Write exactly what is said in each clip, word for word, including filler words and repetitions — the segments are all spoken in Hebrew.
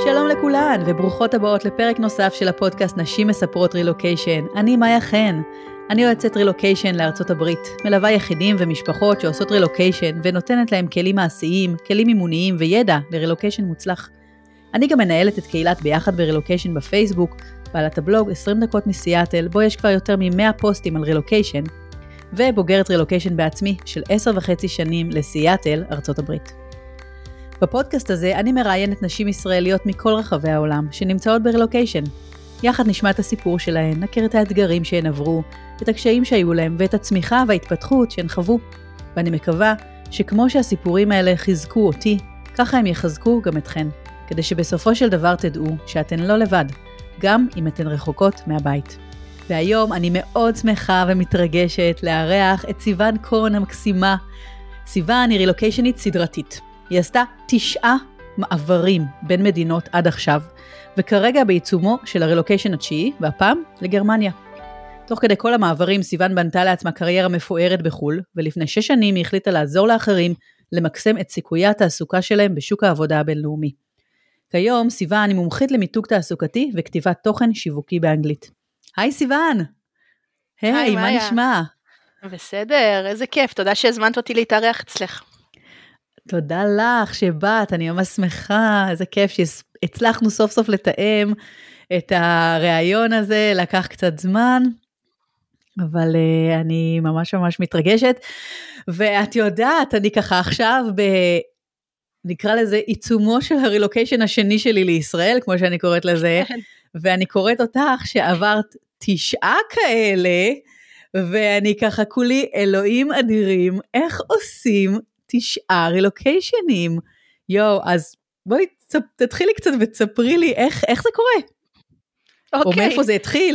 שלום לכולן וברוכות הבאות לפרק נוסף של הפודקאסט נשים מספרות רילוקיישן. אני מאיה חן. אני יועצת רילוקיישן לארצות הברית, מלווה יחידים ומשפחות שעושות רילוקיישן ונותנת להם כלים מעשיים, כלים אימוניים וידע לרילוקיישן מוצלח. אני גם מנהלת את קהילת ביחד ברילוקיישן בפייסבוק, בעלת הבלוג עשרים דקות מסיאטל, בו יש כבר יותר מ-מאה פוסטים על רילוקיישן, ובוגרת רילוקיישן בעצמי של עשר וחצי שנים לסיאטל, ארצות הברית. בפודקאסט הזה אני מראיינת נשים ישראליות מכל רחבי העולם שנמצאות ברילוקיישן. יחד נשמע את הסיפור שלהן, נכיר את האתגרים שהן עברו, את הקשיים שהיו להם ואת הצמיחה וההתפתחות שהן חוו. ואני מקווה שכמו שהסיפורים האלה חיזקו אותי, ככה הם יחזקו גם אתכן, כדי שבסופו של דבר תדעו שאתן לא לבד, גם אם אתן רחוקות מהבית. והיום אני מאוד שמחה ומתרגשת לארח את סיוון קורן המקסימה. סיוון היא רילוקיישנית סדרתית. היא עשתה תשעה מעברים בין מדינות עד עכשיו, וכרגע בעיצומו של הרילוקיישן התשיעי, והפעם לגרמניה. תוך כדי כל המעברים, סיוון בנתה לעצמה קריירה מפוארת בחול, ולפני שש שנים היא החליטה לעזור לאחרים למקסם את סיכויי התעסוקה שלהם בשוק העבודה הבינלאומי. כיום סיוון היא מומחית למיתוג תעסוקתי וכתיבת תוכן שיווקי באנגלית. היי סיוון! היי, מה נשמע? בסדר, איזה כיף, תודה שהזמנת אותי להתארח אצלך. תודה לך שבאת, אני ממש שמחה, איזה כיף שהצלחנו סוף סוף לתאם את הרעיון הזה, לקח קצת זמן, אבל uh, אני ממש ממש מתרגשת, ואת יודעת, אני ככה עכשיו, ב, נקרא לזה עיצומו של הרילוקיישן השני שלי לישראל, כמו שאני קוראת לזה, ואני קוראת אותך שעברת תשעה כאלה, ואני ככה כולי אלוהים אדירים, איך עושים תשעה רילוקיישנים. יו, אז בואי תתחילי קצת ותספרי לי איך, איך זה קורה. אוקיי. או מאיפה זה התחיל.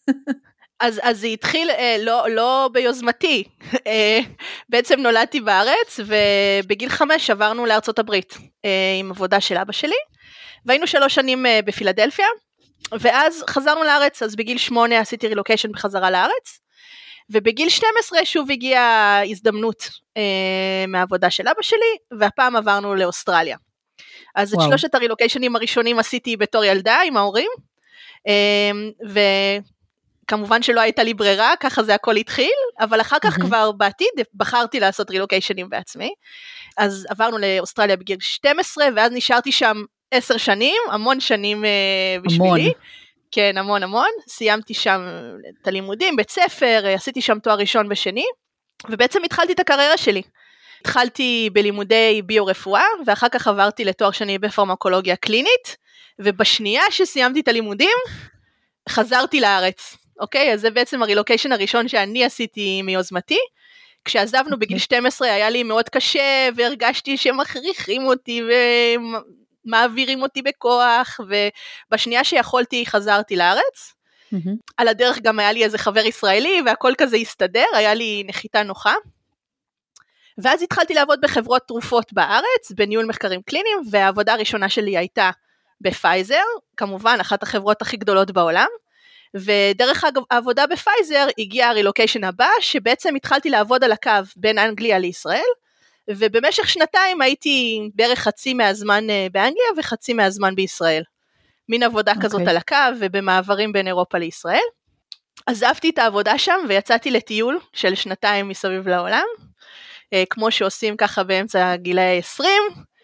אז, אז זה התחיל אה, לא, לא ביוזמתי. אה, בעצם נולדתי בארץ, ובגיל חמש עברנו לארצות הברית, אה, עם עבודה של אבא שלי, והיינו שלוש שנים אה, בפילדלפיה, ואז חזרנו לארץ, אז בגיל שמונה עשיתי רילוקיישן בחזרה לארץ, ובגיל שתים עשרה שוב הגיעה הזדמנות אה, מהעבודה של אבא שלי, והפעם עברנו לאוסטרליה. אז וואו. את שלושת הרילוקיישנים הראשונים עשיתי בתור ילדה עם ההורים, אה, וכמובן שלא הייתה לי ברירה, ככה זה הכל התחיל, אבל אחר כך כבר בעתיד בחרתי לעשות רילוקיישנים בעצמי, אז עברנו לאוסטרליה בגיל שתים עשרה, ואז נשארתי שם עשר שנים, המון שנים אה, בשבילי. המון. כן, המון המון, סיימתי שם את הלימודים, בית ספר, עשיתי שם תואר ראשון ושני, ובעצם התחלתי את הקריירה שלי. התחלתי בלימודי ביו-רפואה, ואחר כך עברתי לתואר שני בפרמקולוגיה קלינית, ובשנייה שסיימתי את הלימודים, חזרתי לארץ. אוקיי? אז זה בעצם הרילוקיישן הראשון שאני עשיתי מיוזמתי, כשעזבנו בגיל שתים עשרה היה לי מאוד קשה, והרגשתי שמכריחים אותי ו... מעבירים אותי בכוח, ובשנייה שיכולתי חזרתי לארץ, mm-hmm. על הדרך גם היה לי איזה חבר ישראלי, והכל כזה הסתדר, היה לי נחיתה נוחה, ואז התחלתי לעבוד בחברות תרופות בארץ, בניהול מחקרים קליניים, והעבודה הראשונה שלי הייתה בפייזר, כמובן אחת החברות הכי גדולות בעולם, ודרך העבודה בפייזר הגיע הרילוקיישן הבא, שבעצם התחלתי לעבוד על הקו בין אנגליה לישראל, ובמשך שנתיים הייתי בערך חצי מהזמן באנגליה וחצי מהזמן בישראל. מין עבודה okay. כזאת על הקו ובמעברים בין אירופה לישראל. עזבתי את העבודה שם ויצאתי לטיול של שנתיים מסביב לעולם, כמו שעושים ככה באמצע גילי עשרים,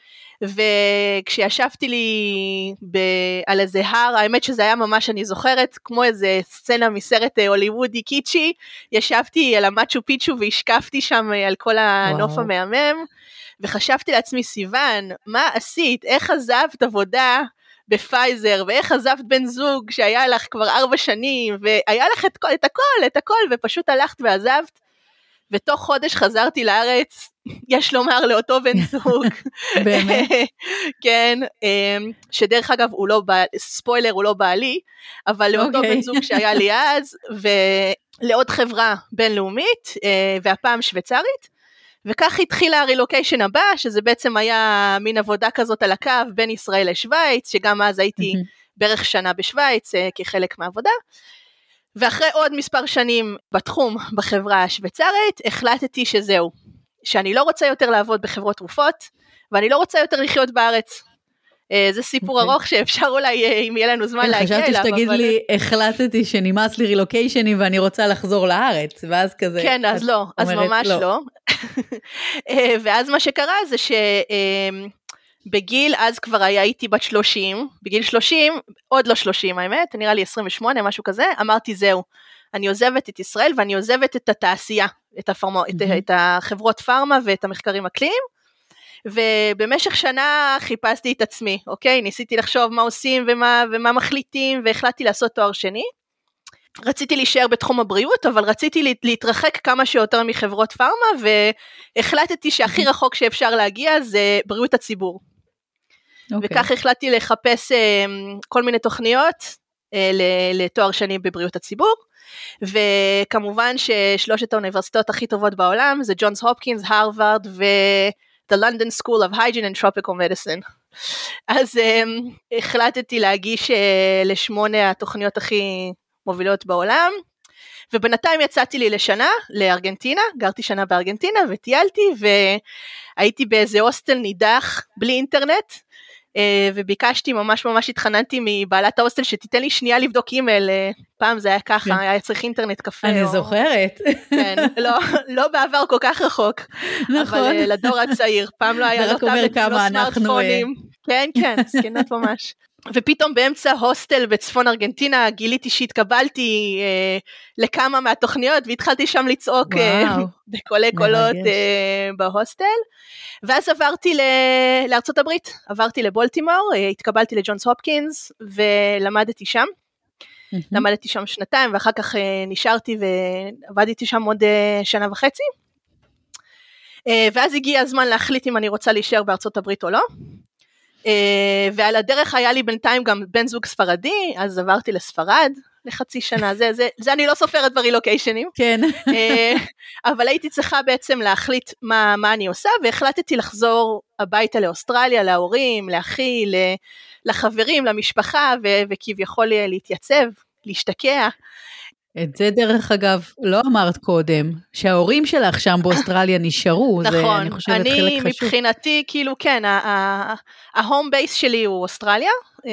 וכשישבתי לי ב- על איזה הר, האמת שזה היה ממש, אני זוכרת, כמו איזה סצנה מסרט הוליוודי קיצ'י, ישבתי על המצ'ו פיצ'ו והשקפתי שם על כל הנוף וואו. המהמם, וחשבתי לעצמי, סיוון, מה עשית? איך עזבת עבודה בפייזר, ואיך עזבת בן זוג שהיה לך כבר ארבע שנים, והיה לך את, את הכל, את הכל, ופשוט הלכת ועזבת, ותוך חודש חזרתי לארץ, יש לומר לאותו בן זוג, באמת? כן, שדרך אגב הוא לא, ספוילר הוא לא בעלי, אבל לאותו בן זוג שהיה לי אז, ולעוד חברה בינלאומית, והפעם שוויצרית, וכך התחילה הרילוקיישן הבא, שזה בעצם היה מין עבודה כזאת על הקו, בין ישראל לשוויץ, שגם אז הייתי בערך שנה בשוויץ, כחלק מהעבודה, ואחרי עוד מספר שנים בתחום בחברה השוויצרית, החלטתי שזהו, שאני לא רוצה יותר לעבוד בחברות תרופות, ואני לא רוצה יותר לחיות בארץ. זה סיפור ארוך שאפשר אולי, אם יהיה לנו זמן להגיע אליו. חשבתי שתגיד לי, החלטתי שנמאס לי רילוקיישנים ואני רוצה לחזור לארץ, ואז כזה. כן, אז לא, אז ממש לא. ואז מה שקרה זה שבגיל, אז כבר הייתי בת שלושים, בגיל שלושים, עוד לא שלושים האמת, נראה לי עשרים ושמונה, משהו כזה, אמרתי זהו, אני עוזבת את ישראל ואני עוזבת את התעשייה, את, הפרמו, את, את החברות פארמה ואת המחקרים הקליניים, ובמשך שנה חיפשתי את עצמי, אוקיי? ניסיתי לחשוב מה עושים ומה, ומה מחליטים, והחלטתי לעשות תואר שני. רציתי להישאר בתחום הבריאות, אבל רציתי להתרחק כמה שיותר מחברות פארמה, והחלטתי שהכי רחוק שאפשר להגיע זה בריאות הציבור. אוקיי. וכך החלטתי לחפש כל מיני תוכניות לתואר שני בבריאות הציבור, וכמובן ששלושת האוניברסיטאות הכי טובות בעולם, זה ג'ונס הופקינס, הרווארד ו... The London School of Hygiene and Tropical Medicine. אז um, החלטתי להגיש uh, לשמונה התוכניות הכי מובילות בעולם, ובינתיים יצאתי לי לשנה, לארגנטינה, גרתי שנה בארגנטינה, וטיילתי, והייתי באיזה הוסטל נידח, בלי אינטרנט, וביקשתי, ממש ממש התחננתי מבעלת ההוסטל, שתיתן לי שנייה לבדוק אימייל, פעם זה היה ככה, היה צריך אינטרנט קפה. אני זוכרת. כן, לא בעבר כל כך רחוק, אבל לדור הצעיר, פעם לא היה לא טאבלט, לא סמארטפונים. כן, כן, סכנות ממש. ופתאום באמצע הוסטל בצפון ארגנטינה, גיליתי שהתקבלתי אה, לכמה מהתוכניות, והתחלתי שם לצעוק אה, בקולי קולות אה, בהוסטל, ואז עברתי ל- לארצות הברית, עברתי לבולטימור, אה, התקבלתי לג'ונס הופקינס, ולמדתי שם, mm-hmm. למדתי שם שנתיים, ואחר כך אה, נשארתי ועבדתי שם עוד אה, שנה וחצי, אה, ואז הגיע הזמן להחליט אם אני רוצה להישאר בארצות הברית או לא, Uh, ועל הדרך היה לי בינתיים גם בן זוג ספרדי, אז עברתי לספרד לחצי שנה, זה, זה, זה אני לא סופרת ברילוקיישנים, כן. uh, אבל הייתי צריכה בעצם להחליט מה, מה אני עושה, והחלטתי לחזור הביתה לאוסטרליה, להורים, לאחי, לחברים, למשפחה, ו- וכביכול להתייצב, להשתקע. את זה דרך אגב לא אמרת קודם, שההורים שלך שם באוסטרליה נשארו, נכון, זה אני חושבת אני חלק חשוב. מבחינתי כאילו כן, ההום בייס שלי הוא אוסטרליה,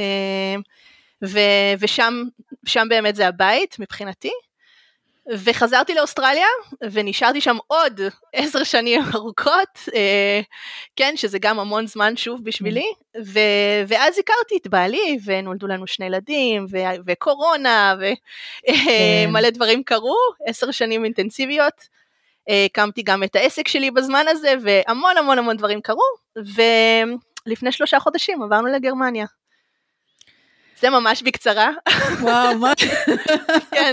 ו- ושם שם באמת זה הבית מבחינתי, וחזרתי לאוסטרליה, ונשארתי שם עוד עשר שנים ארוכות, כן, שזה גם המון זמן שוב בשבילי, ו- ואז הכרתי את בעלי, ונולדו לנו שני ילדים, ו- וקורונה, ומלא דברים קרו, עשר שנים אינטנסיביות, הקמתי גם את העסק שלי בזמן הזה, והמון המון המון דברים קרו, ולפני שלושה חודשים עברנו לגרמניה. זה ממש בקצרה. וואו, מה? כן.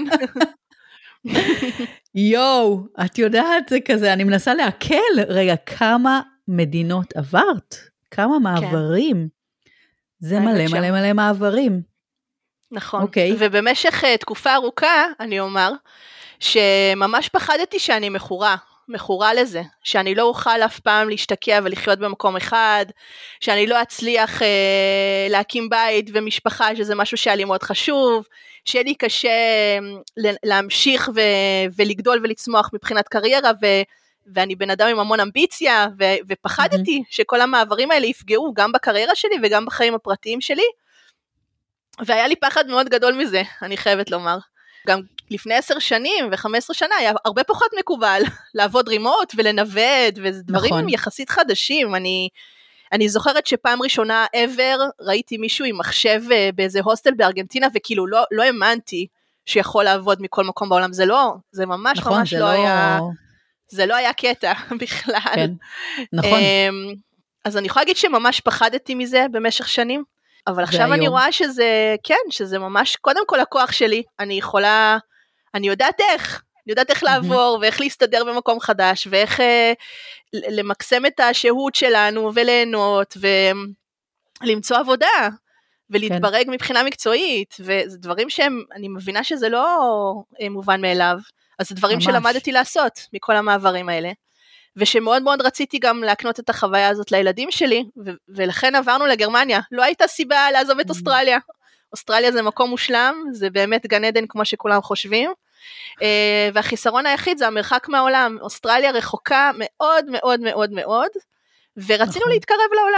יואו, את יודעת, זה כזה, אני מנסה להקל, רגע, כמה מדינות עברת? כמה מעברים? זה מלא מלא מלא מעברים. נכון, okay. ובמשך uh, תקופה ארוכה, אני אומר, שממש פחדתי שאני מכורה, מכורה לזה, שאני לא אוכל אף פעם להשתקע ולחיות במקום אחד, שאני לא אצליח uh, להקים בית ומשפחה, שזה משהו שהיה לי מאוד חשוב, שיהיה לי קשה להמשיך ו- ולגדול ולצמוח מבחינת קריירה, ו- ואני בן אדם עם המון אמביציה, ו- ופחדתי mm-hmm. שכל המעברים האלה יפגעו גם בקריירה שלי וגם בחיים הפרטיים שלי, והיה לי פחד מאוד גדול מזה, אני חייבת לומר. גם לפני עשר שנים ו-חמש עשרה שנה היה הרבה פחות מקובל לעבוד רימוט ולנווט, וזה דברים נכון. יחסית חדשים. אני, אני זוכרת שפעם ראשונה ever ראיתי מישהו עם מחשב באיזה הוסטל בארגנטינה, וכאילו לא, לא האמנתי שיכול לעבוד מכל מקום בעולם. זה לא, זה ממש נכון, ממש זה לא, לא היה, זה לא היה קטע בכלל. כן, נכון. אז אני יכולה להגיד שממש פחדתי מזה במשך שנים. אבל עכשיו והיום. אני רואה שזה, כן, שזה ממש, קודם כל הכוח שלי, אני יכולה, אני יודעת איך, אני יודעת איך לעבור, ואיך להסתדר במקום חדש, ואיך אה, למקסם את השהות שלנו, וליהנות, ולמצוא עבודה, ולהתברג כן. מבחינה מקצועית, וזה דברים שהם, אני מבינה שזה לא מובן מאליו, אז זה דברים ממש. שלמדתי לעשות, מכל המעברים האלה. ושמאוד מאוד רציתי גם להקנות את החוויה הזאת לילדים שלי, ו- ולכן עברנו לגרמניה. לא הייתה סיבה לעזוב את אוסטרליה. אוסטרליה זה מקום מושלם, זה באמת גן עדן כמו שכולם חושבים, והחיסרון היחיד זה המרחק מהעולם. אוסטרליה רחוקה מאוד מאוד מאוד מאוד, ורצינו להתקרב לעולם.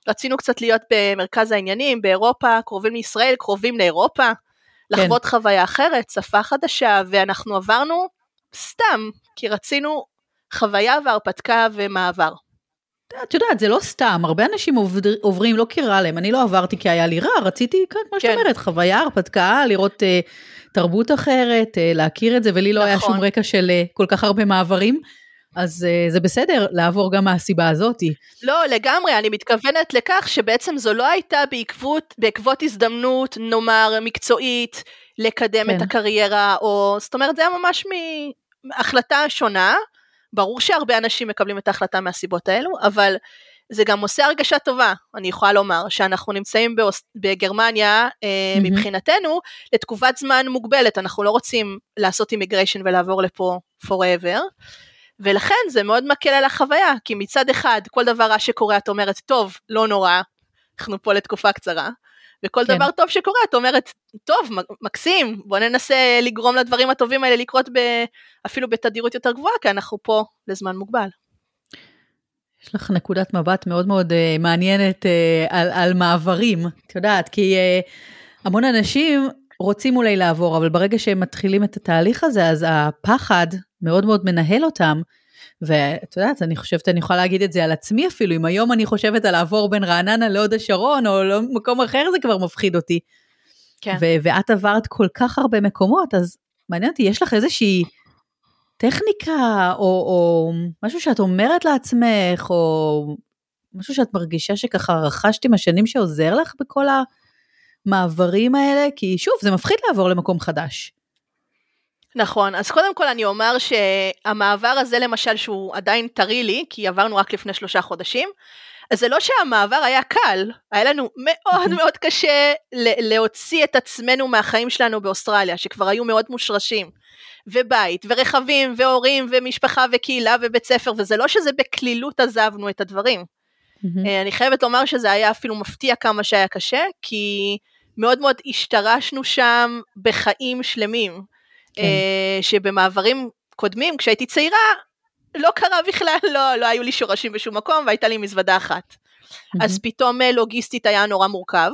רצינו קצת להיות במרכז העניינים, באירופה, קרובים לישראל, קרובים לאירופה, לחוות כן. חוויה אחרת, שפה חדשה, ואנחנו עברנו סתם, כי רצינו חוויה והרפתקה ומעבר. את יודעת, זה לא סתם, הרבה אנשים עובר, עוברים, לא קירה להם, אני לא עברתי כי היה לי רע, רציתי, כמו כן. שאת אומרת, חוויה, הרפתקה, לראות uh, תרבות אחרת, uh, להכיר את זה, ולי לא נכון. היה שום רקע של uh, כל כך הרבה מעברים, אז uh, זה בסדר, לעבור גם מהסיבה הזאת. לא, לגמרי, אני מתכוונת לכך שבעצם זו לא הייתה בעקבות, בעקבות הזדמנות, נאמר, מקצועית, לקדם כן. את הקריירה, או, זאת אומרת, זה היה ממש מהחלטה שונה, ברור שהרבה אנשים מקבלים את ההחלטה מהסיבות האלו, אבל זה גם עושה הרגשה טובה, אני יכולה לומר, שאנחנו נמצאים בגרמניה, mm-hmm. מבחינתנו, לתקופת זמן מוגבלת, אנחנו לא רוצים לעשות אימיגריישן ולעבור לפה forever, ולכן זה מאוד מקל על החוויה, כי מצד אחד, כל דבר רע שקורה, את אומרת, טוב, לא נורא, אנחנו פה לתקופה קצרה, וכל כן. דבר טוב שקורה, את אומרת, טוב, מקסים, בוא ננסה לגרום לדברים הטובים האלה לקרות ב, אפילו בתדירות יותר גבוהה, כי אנחנו פה לזמן מוגבל. יש לך נקודת מבט מאוד מאוד uh, מעניינת uh, על, על מעברים, את יודעת, כי uh, המון אנשים רוצים אולי לעבור, אבל ברגע שהם מתחילים את התהליך הזה, אז הפחד מאוד מאוד מנהל אותם, ואת יודעת, אני חושבת, אני יכולה להגיד את זה על עצמי אפילו, אם היום אני חושבת על לעבור בין רעננה להוד השרון, או למקום אחר, זה כבר מפחיד אותי. כן. ו- ואת עברת כל כך הרבה מקומות, אז מעניין אותי, יש לך איזושהי טכניקה, או, או משהו שאת אומרת לעצמך, או משהו שאת מרגישה שככה רכשת עם השנים שעוזר לך בכל המעברים האלה, כי שוב, זה מפחיד לעבור למקום חדש. נכון, אז קודם כל אני אומר שהמעבר הזה למשל שהוא עדיין טרי לי, כי עברנו רק לפני שלושה חודשים, אז זה לא שהמעבר היה קל, היה לנו מאוד מאוד קשה להוציא את עצמנו מהחיים שלנו באוסטרליה, שכבר היו מאוד מושרשים, ובית, ורכבים, והורים, ומשפחה, וקהילה, ובית ספר, וזה לא שזה בכלילות עזבנו את הדברים. אני חייבת לומר שזה היה אפילו מפתיע כמה שהיה קשה, כי מאוד מאוד השתרשנו שם בחיים שלמים, כן. שבמעברים קודמים, כשהייתי צעירה, לא קרה בכלל, לא, לא היו לי שורשים בשום מקום, והייתה לי מזוודה אחת. Mm-hmm. אז פתאום לוגיסטית היה נורא מורכב,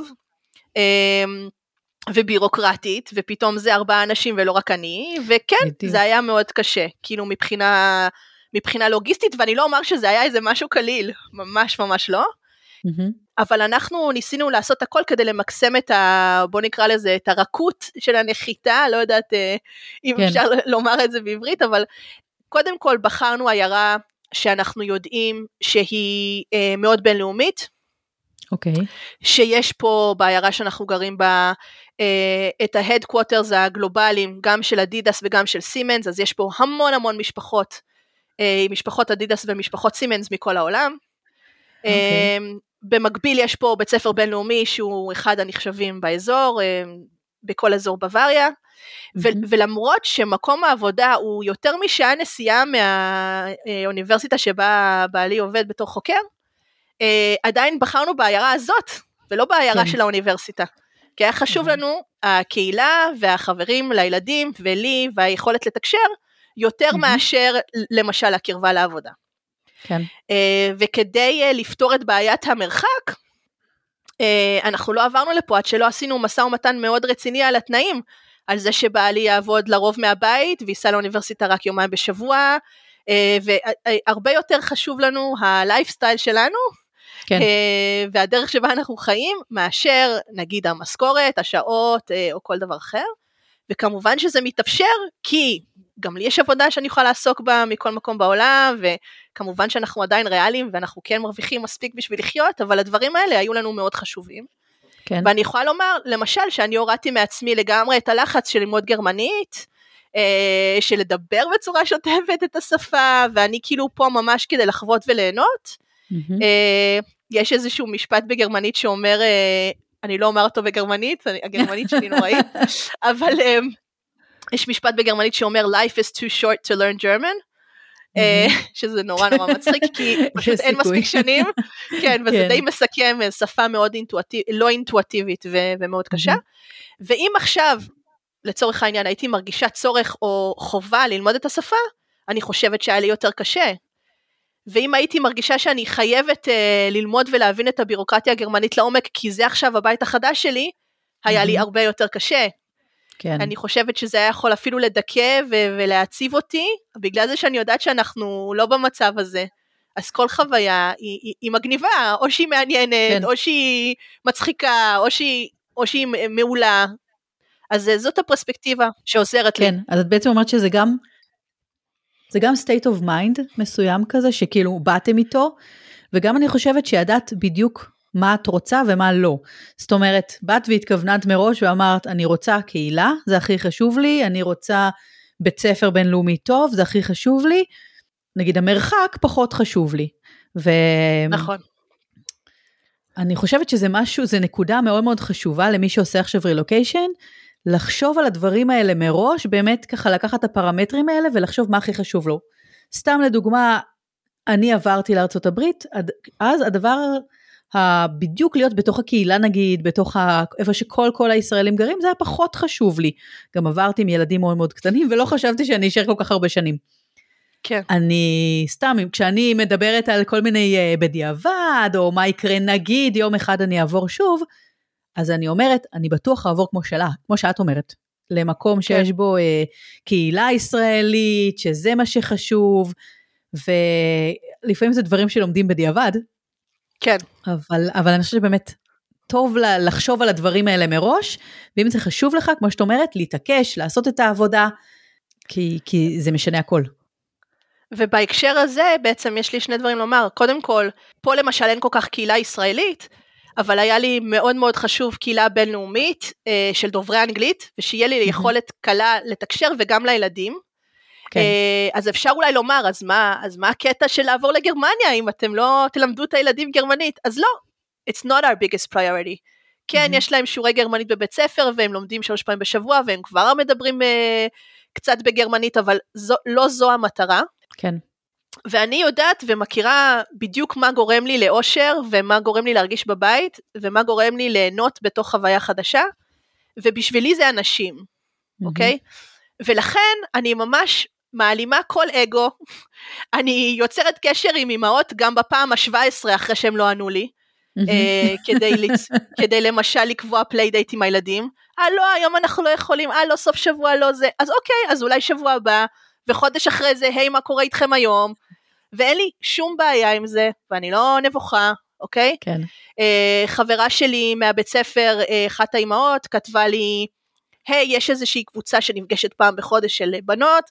ובירוקרטית, ופתאום זה ארבעה אנשים ולא רק אני, וכן, בדיוק. זה היה מאוד קשה, כאילו מבחינה, מבחינה לוגיסטית, ואני לא אומר שזה היה איזה משהו קליל, ממש ממש לא, mm-hmm. אבל אנחנו ניסינו לעשות הכל כדי למקסם את ה, בוא נקרא לזה, את הרכות של הנחיתה, לא יודעת אם כן. אפשר לומר את זה בעברית, אבל קודם כל בחרנו עיירה שאנחנו יודעים שהיא אה, מאוד בינלאומית, אוקיי. Okay. שיש פה בעיירה שאנחנו גרים בה, אה, את ההדקווטרס הגלובליים, גם של אדידס וגם של סימנס, אז יש פה המון המון משפחות, אה, משפחות אדידס ומשפחות סימנס מכל העולם, okay. אה, במקביל יש פה בית ספר בינלאומי שהוא אחד הנחשבים באזור, בכל אזור בוואריה, ו- ולמרות שמקום העבודה הוא יותר משעה נסיעה מהאוניברסיטה שבה בעלי עובד בתור חוקר, עדיין בחרנו בעיירה הזאת, ולא בעיירה של האוניברסיטה, כי היה חשוב לנו הקהילה והחברים לילדים ולי והיכולת לתקשר, יותר מאשר למשל הקרבה לעבודה. כן. וכדי לפתור את בעיית המרחק, אנחנו לא עברנו לפה עד שלא עשינו משא ומתן מאוד רציני על התנאים, על זה שבעלי יעבוד לרוב מהבית, ויסע לאוניברסיטה רק יומיים בשבוע, והרבה יותר חשוב לנו הלייפסטייל שלנו, כן. והדרך שבה אנחנו חיים, מאשר נגיד המשכורת, השעות, או כל דבר אחר, וכמובן שזה מתאפשר, כי גם לי יש עבודה שאני יכולה לעסוק בה מכל מקום בעולם, וכמובן שאנחנו עדיין ריאליים, ואנחנו כן מרוויחים מספיק בשביל לחיות, אבל הדברים האלה היו לנו מאוד חשובים. כן. ואני יכולה לומר, למשל, שאני הורדתי מעצמי לגמרי את הלחץ של ללמוד גרמנית, של לדבר בצורה שוטפת את השפה, ואני כאילו פה ממש כדי לחוות וליהנות. Mm-hmm. יש איזשהו משפט בגרמנית שאומר, אני לא אומר אותו בגרמנית, הגרמנית שלי נוראית, אבל יש משפט בגרמנית שאומר, life is too short to learn German, שזה נורא נורא מצחיק, כי פשוט אין מספיק שנים, כן, וזה די מסכם, שפה מאוד לא אינטואטיבית ומאוד קשה, ואם עכשיו, לצורך העניין, הייתי מרגישה צורך או חובה ללמוד את השפה, אני חושבת שהיה לי יותר קשה, ואם הייתי מרגישה שאני חייבת אה, ללמוד ולהבין את הבירוקרטיה הגרמנית לעומק, כי זה עכשיו הבית החדש שלי, היה לי הרבה יותר קשה. כן. אני חושבת שזה היה יכול אפילו לדכא ו- ולהציב אותי, בגלל זה שאני יודעת שאנחנו לא במצב הזה. אז כל חוויה היא, היא, היא מגניבה, או שהיא מעניינת, כן. או שהיא מצחיקה, או שהיא, או שהיא מעולה. אז זאת הפרספקטיבה שעוזרת כן, לי. אז את בעצם אומרת שזה גם, זה גם state of mind מסוים כזה, שכאילו באתם איתו, וגם אני חושבת שידעת בדיוק מה את רוצה ומה לא. זאת אומרת, באת והתכוונת מראש ואמרת, אני רוצה קהילה, זה הכי חשוב לי, אני רוצה בית ספר בינלאומי טוב, זה הכי חשוב לי, נגיד המרחק פחות חשוב לי. ו... נכון. אני חושבת שזה משהו, זה נקודה מאוד מאוד חשובה למי שעושה עכשיו רילוקיישן, לחשוב על הדברים האלה מראש, באמת ככה לקחת את הפרמטרים האלה, ולחשוב מה הכי חשוב לו. סתם לדוגמה, אני עברתי לארצות הברית, אז הדבר בדיוק להיות בתוך הקהילה נגיד, בתוך ה... איפה שכל כל הישראלים גרים, זה היה פחות חשוב לי. גם עברתי עם ילדים מאוד מאוד קטנים, ולא חשבתי שאני אשאר כל כך הרבה שנים. כן. אני סתם, כשאני מדברת על כל מיני uh, בדיעבד, או מה יקרה נגיד, יום אחד אני אעבור שוב, אז אני אומרת, אני בטוח אעבור כמו שלה, כמו שאת אומרת, למקום כן. שיש בו uh, קהילה ישראלית, שזה מה שחשוב, ולפעמים זה דברים שלומדים בדיעבד, כן. אבל, אבל אני חושבת שבאמת טוב לחשוב על הדברים האלה מראש, ואם זה חשוב לך, כמו שאת אומרת, להתעקש, לעשות את העבודה, כי, כי זה משנה הכל. ובהקשר הזה בעצם יש לי שני דברים לומר, קודם כל, פה למשל אין כל כך קהילה ישראלית, אבל היה לי מאוד מאוד חשוב קהילה בינלאומית אה, של דוברי אנגלית, ושיהיה לי יכולת קלה לתקשר וגם לילדים, כן. אה, אז אפשר אולי לומר, אז מה, אז מה הקטע של לעבור לגרמניה, אם אתם לא תלמדו את הילדים גרמנית? אז לא, it's not our biggest priority. כן, mm-hmm. יש להם שיעורי גרמנית בבית ספר, והם לומדים שלוש פעמים בשבוע, והם כבר מדברים אה, קצת בגרמנית, אבל זו, לא זו המטרה. כן. ואני יודעת ומכירה בדיוק מה גורם לי לאושר, ומה גורם לי להרגיש בבית, ומה גורם לי ליהנות בתוך חוויה חדשה, ובשבילי זה אנשים, mm-hmm. אוקיי? ולכן אני ממש מעלימה כל אגו, אני יוצרת קשר עם אמהות, גם בפעם ה-שבע עשרה אחרי שהם לא ענו לי, mm-hmm. אה, כדי, לצ... כדי למשל לקבוע פליידייט עם הילדים, אה לא, היום אנחנו לא יכולים, אה לא, סוף שבוע לא זה, אז אוקיי, אז אולי שבוע הבא, וחודש אחרי זה, היי, מה קורה איתכם היום? ואין לי שום בעיה עם זה, ואני לא נבוכה, אוקיי? כן. Uh, חברה שלי מהבית ספר, uh, אחת האימהות, כתבה לי, היי, יש איזושהי קבוצה שנפגשת פעם בחודש של בנות,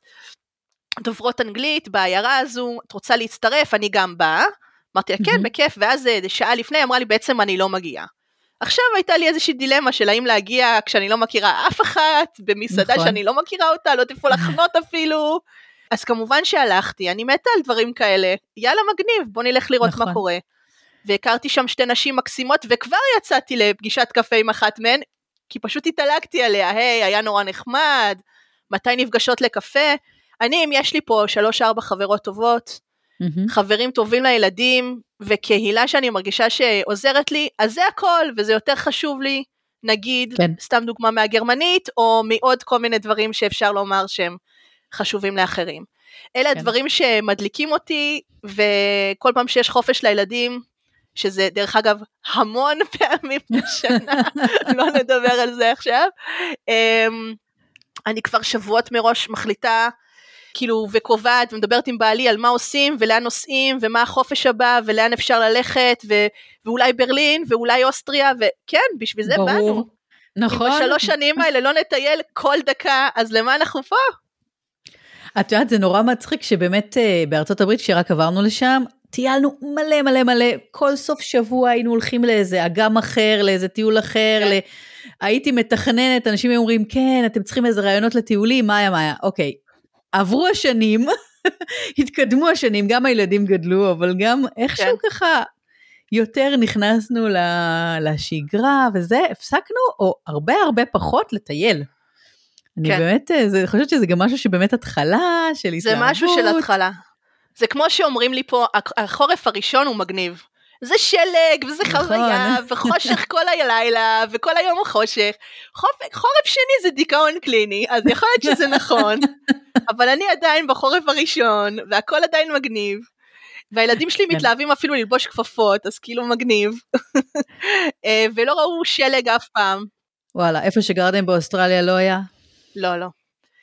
דוברות אנגלית, בעיירה הזו, את רוצה להצטרף? אני גם באה. אמרתי לה, כן, בכיף, ואז שעה לפני אמרה לי, בעצם אני לא מגיעה. עכשיו הייתה לי איזושהי דילמה של האם להגיע כשאני לא מכירה אף אחת, במסעדה נכון. שאני לא מכירה אותה, לא תפול לחנות אפילו, אז כמובן שהלכתי, אני מתה על דברים כאלה, יאללה מגניב, בוא נלך לראות נכון. מה קורה, והכרתי שם שתי נשים מקסימות, וכבר יצאתי לפגישת קפה עם אחת מהן, כי פשוט התעלקתי עליה, היי, היה נורא נחמד, מתי נפגשות לקפה, אני, אם יש לי פה שלוש ארבע חברות טובות, mm-hmm. חברים טובים לילדים, וקהילה שאני מרגישה שעוזרת לי, אז זה הכל, וזה יותר חשוב לי, נגיד, כן. סתם דוגמה מהגרמנית, או מעוד כל מיני דברים שאפשר לומר שהם חשובים לאחרים. אלה כן. הדברים שמדליקים אותי, וכל פעם שיש חופש לילדים, שזה דרך אגב המון פעמים בשנה, לא נדבר על זה עכשיו, אני כבר שבועות מראש מחליטה, כאילו, וקובעת, ומדברת עם בעלי על מה עושים, ולאן נוסעים, ומה החופש הבא, ולאן אפשר ללכת, ו- ואולי ברלין, ואולי אוסטריה, וכן, בשביל זה ברור. באנו. נכון. אם בשלוש שנים האלה לא נטייל כל דקה, אז למה אנחנו פה? את יודעת, זה נורא מצחיק, שבאמת בארצות הברית, כשרק עברנו לשם, טיילנו מלא מלא מלא, כל סוף שבוע היינו הולכים לאיזה אגם אחר, לאיזה טיול אחר, כן. ל... הייתי מתכננת, אנשים אומרים, כן, אתם צריכים איזה רעיונות לטיולים, מה היה, מה היה, אוקיי. עברו השנים, התקדמו השנים, גם הילדים גדלו, אבל גם איכשהו כן. ככה יותר נכנסנו לשגרה, וזה, הפסקנו, או הרבה הרבה פחות לטייל. אני כן. באמת, אני חושבת שזה גם משהו שבאמת התחלה של התלהבות. זה משהו של התחלה. זה כמו שאומרים לי פה, החורף הראשון הוא מגניב. זה שלג, וזה נכון. חוויה, וחושך כל הלילה, וכל היום הוא חושך. חורף, חורף שני זה דיכאון קליני, אז יכול להיות שזה נכון, אבל אני עדיין בחורף הראשון, והכל עדיין מגניב. והילדים שלי מתלהבים אפילו ללבוש כפפות, אז כאילו מגניב, ולא ראו שלג אף פעם. וואלה, איפה שגרתם באוסטרליה לא היה? לא, לא.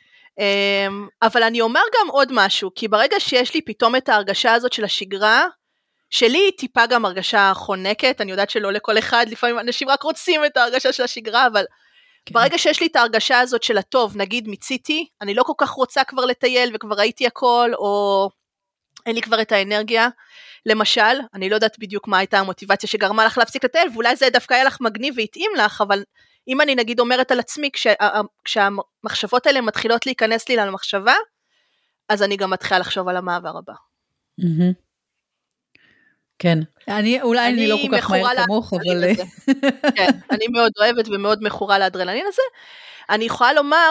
אבל אני אומר גם עוד משהו, כי ברגע שיש לי פתאום את ההרגשה הזאת של השגרה, שלי היא טיפה גם הרגשה חונקת, אני יודעת שלא לכל אחד, לפעמים אנשים רק רוצים את ההרגשה של השגרה, אבל כן. ברגע שיש לי את ההרגשה הזאת של הטוב, נגיד מיציתי, אני לא כל כך רוצה כבר לטייל, וכבר ראיתי הכל, או אין לי כבר את האנרגיה, למשל, אני לא יודעת בדיוק מה הייתה המוטיבציה שגרמה לך להפסיק לטייל, ואולי זה דווקא היה לך מגניב והתאים לך, אבל אם אני נגיד אומרת על עצמי, כשה, כשהמחשבות האלה מתחילות להיכנס לי למחשבה, אז אני גם מתחילה לחשוב על המעבר הבא. Mm-hmm. כן, אני, אולי אני, אני לא כל כך מהר כמוך, אבל... כן, אני מאוד אוהבת ומאוד מכורה לאדרנלין הזה. אני יכולה לומר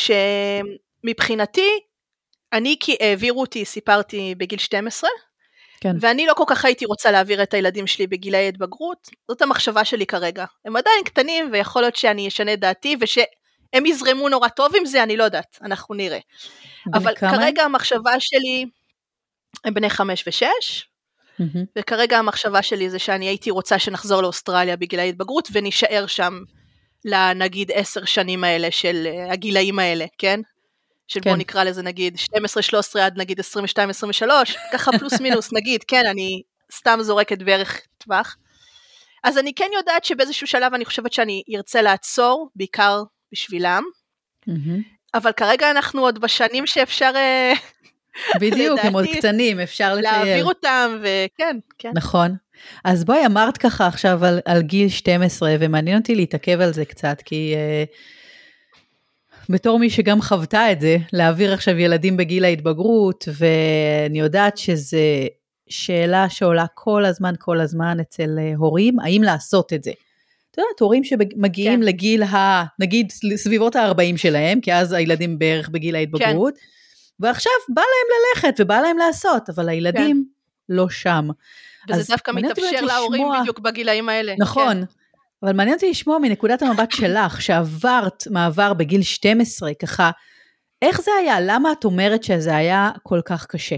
שמבחינתי, אני כי העבירו אותי, סיפרתי בגיל שתים עשרה, כן. ואני לא כל כך הייתי רוצה להעביר את הילדים שלי בגילי התבגרות, זאת המחשבה שלי כרגע. הם עדיין קטנים, ויכול להיות שאני אשנה דעתי, ושהם יזרמו נורא טוב עם זה, אני לא יודעת, אנחנו נראה. אבל כרגע הם? המחשבה שלי, הם בני חמש ושש, Mm-hmm. וכרגע המחשבה שלי זה שאני הייתי רוצה שנחזור לאוסטרליה בגילי התבגרות, ונשאר שם לנגיד עשר שנים האלה של הגילאים האלה, כן? של כן. בוא נקרא לזה נגיד שתים עשרה שלוש עשרה עד נגיד עשרים ושתיים עשרים ושלוש, ככה פלוס מינוס נגיד, כן, אני סתם זורקת בערך טווח. אז אני כן יודעת שבאיזשהו שלב אני חושבת שאני ארצה לעצור, בעיקר בשבילם, mm-hmm. אבל כרגע אנחנו עוד בשנים שאפשר... בדיוק, הם עוד קטנים, אפשר לטייל. להעביר אותם, וכן, כן. נכון. אז בואי, אמרת ככה עכשיו על, על גיל שתים עשרה, ומעניין אותי להתעכב על זה קצת, כי uh, בתור מי שגם חוותה את זה, להעביר עכשיו ילדים בגיל ההתבגרות, ואני יודעת שזו שאלה שעולה כל הזמן, כל הזמן אצל uh, הורים, האם לעשות את זה? אתה יודעת, הורים שמגיעים כן. לגיל, ה, נגיד, סביבות ה-ארבעים שלהם, כי אז הילדים בערך בגיל ההתבגרות, כן. ועכשיו בא להם ללכת ובא להם לעשות, אבל הילדים כן. לא שם. וזה דווקא מתאפשר להורים לשמוע... בדיוק בגילאים האלה. נכון, כן. אבל מעניין אותי לשמוע מנקודת המבט שלך, שעברת מעבר בגיל שתים עשרה, ככה, איך זה היה? למה את אומרת שזה היה כל כך קשה?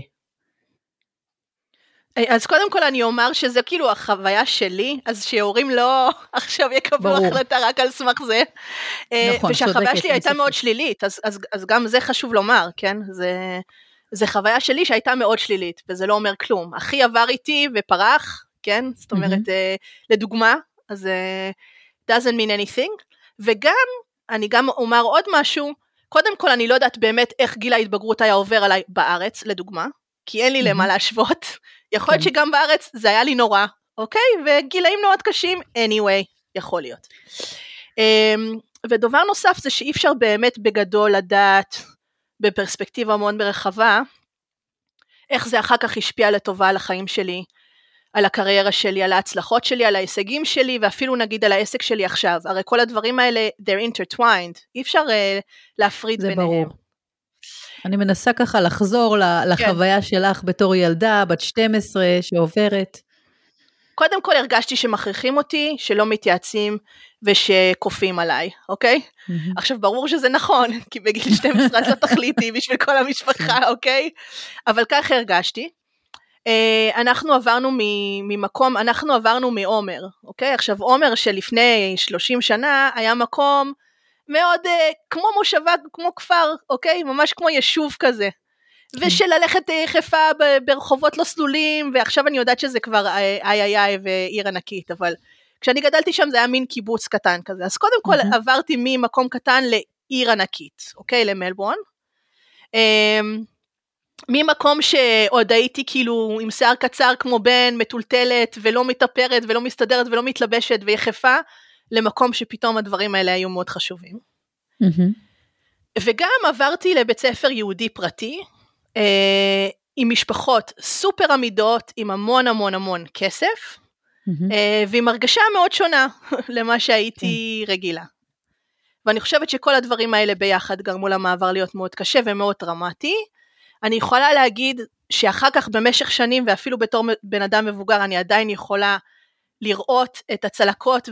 אז קודם כל אני אומר שזה כאילו החוויה שלי, אז שהורים לא עכשיו יקבלו ברור. החלטה רק על סמך זה, נכון, ושהחוויה שלי הייתה מאוד שלילית, אז, אז, אז גם זה חשוב לומר, כן? זה, זה חוויה שלי שהייתה מאוד שלילית, וזה לא אומר כלום. אחי עבר איתי ופרח, כן? זאת אומרת, mm-hmm. לדוגמה, אז doesn't mean anything, וגם, אני גם אומר עוד משהו, קודם כל אני לא יודעת באמת איך גיל ההתבגרות היה עובר עליי בארץ, לדוגמה, כי אין לי mm-hmm. למה להשוות, יכול להיות שגם בארץ זה היה לי נורא, אוקיי? וגילאים מאוד קשים, anyway, יכול להיות. ודבר נוסף זה שאי אפשר באמת בגדול לדעת, בפרספקטיבה מאוד ברחבה, איך זה אחר כך השפיע לטובה על החיים שלי, על הקריירה שלי, על ההצלחות שלי, על ההישגים שלי, ואפילו נגיד על העסק שלי עכשיו. הרי כל הדברים האלה, they're intertwined, אי אפשר uh, להפריד ביניהם. זה ברור. אני מנסה ככה לחזור לחוויה שלך בתור ילדה, בת שתים עשרה שעוברת. קודם כל הרגשתי שמכריחים אותי, שלא מתייעצים ושקופים עליי, אוקיי? עכשיו ברור שזה נכון, כי בגיל שתים עשרה את לא תחליטי בשביל כל המשפחה, אוקיי? אבל כך הרגשתי. אנחנו עברנו ממקום, אנחנו עברנו מעומר, אוקיי? עכשיו עומר שלפני שלושים שנה היה מקום, מאוד uh, כמו מושבה, כמו כפר, אוקיי? ממש כמו יישוב כזה. ושל ללכת יחפה ברחובות לא סלולים, ועכשיו אני יודעת שזה כבר איי איי איי ועיר ענקית, אבל כשאני גדלתי שם זה היה מין קיבוץ קטן כזה. אז קודם כל mm-hmm. עברתי ממקום קטן לעיר ענקית, אוקיי? למלבורן. Um, ממקום שעוד הייתי כאילו עם שיער קצר כמו בן, מטולטלת ולא מתאפרת ולא מסתדרת ולא מתלבשת ויחפה, למקום שפתאום הדברים האלה היו מאוד חשובים. Mm-hmm. וגם עברתי לבית ספר יהודי פרטי, אה, עם משפחות סופר עמידות, עם המון המון המון כסף, mm-hmm. אה, ועם הרגשה מאוד שונה למה שהייתי mm-hmm. רגילה. ואני חושבת שכל הדברים האלה ביחד גרמו למעבר להיות מאוד קשה ומאוד דרמטי. אני יכולה להגיד שאחר כך במשך שנים, ואפילו בתור בן אדם מבוגר, אני עדיין יכולה לראות את הצלקות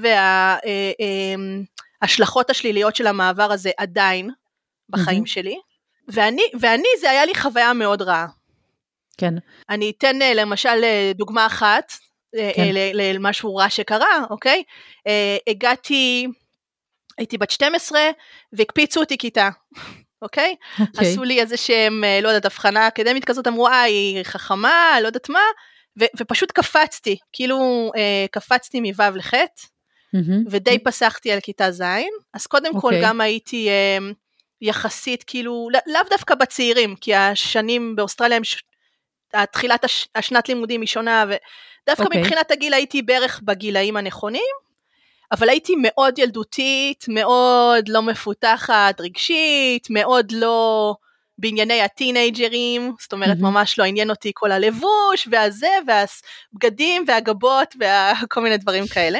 וההשלכות השליליות של המעבר הזה עדיין בחיים שלי, ואני, ואני זה היה לי חוויה מאוד רעה. כן. אני אתן למשל דוגמה אחת, כן. למשהו רע שקרה, אוקיי? הגעתי, הייתי בת שתים עשרה, והקפיצו אותי כיתה, אוקיי? אוקיי. עשו לי איזה שהם, לא יודעת, הבחנה אקדמית כזאת, אמרו, אה, היא חכמה, לא יודעת מה, ו- ופשוט קפצתי, כאילו אה, קפצתי מוו לחטא, mm-hmm. ודי פסחתי על כיתה זין, אז קודם okay. כל גם הייתי אה, יחסית, כאילו, לאו דווקא בצעירים, כי השנים באוסטרליה, הם ש... התחילת הש... השנת לימודים היא שונה, ודווקא okay. מבחינת הגיל הייתי בערך בגילאים הנכונים, אבל הייתי מאוד ילדותית, מאוד לא מפותחת רגשית, מאוד לא... בענייני הטינג'רים, זאת אומרת, mm-hmm. ממש לא עניין אותי כל הלבוש, והזה, והבגדים, והגבות, וכל מיני דברים כאלה.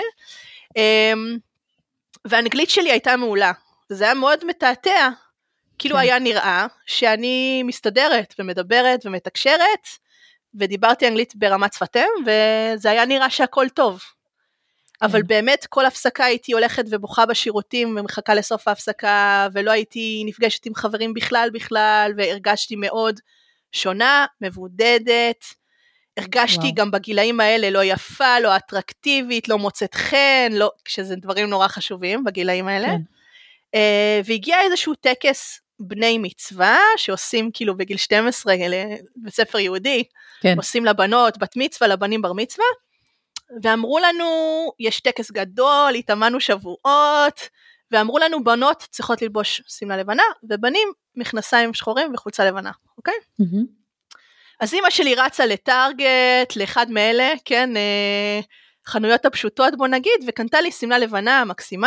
והאנגלית שלי הייתה מעולה. זה היה מאוד מתעתע. כאילו כן. היה נראה שאני מסתדרת, ומדברת, ומתקשרת, ודיברתי אנגלית ברמת שפתם, וזה היה נראה שהכל טוב. אבל באמת כל הפסקה הייתי הולכת ובוכה בשירותים ומחכה לסוף ההפסקה, ולא הייתי נפגשת עם חברים בכלל בכלל, והרגשתי מאוד שונה, מבודדת, הרגשתי וואו. גם בגילאים האלה לא יפה, לא אטרקטיבית, לא מוצאת חן, לא, שזה דברים נורא חשובים בגילאים האלה, כן. uh, והגיע איזשהו טקס בני מצווה, שעושים כאילו בגיל שתים עשרה, בספר יהודי, כן. עושים לבנות בת מצווה, לבנים בר מצווה, ואמרו לנו, יש טקס גדול, התאמנו שבועות, ואמרו לנו, בנות צריכות ללבוש שמלה לבנה, ובנים מכנסיים שחורים וחולצה לבנה, אוקיי? Mm-hmm. אז אמא שלי רצה לטארגט, לאחד מאלה, כן, חנויות הפשוטות בוא נגיד, וקנתה לי שמלה לבנה מקסימה,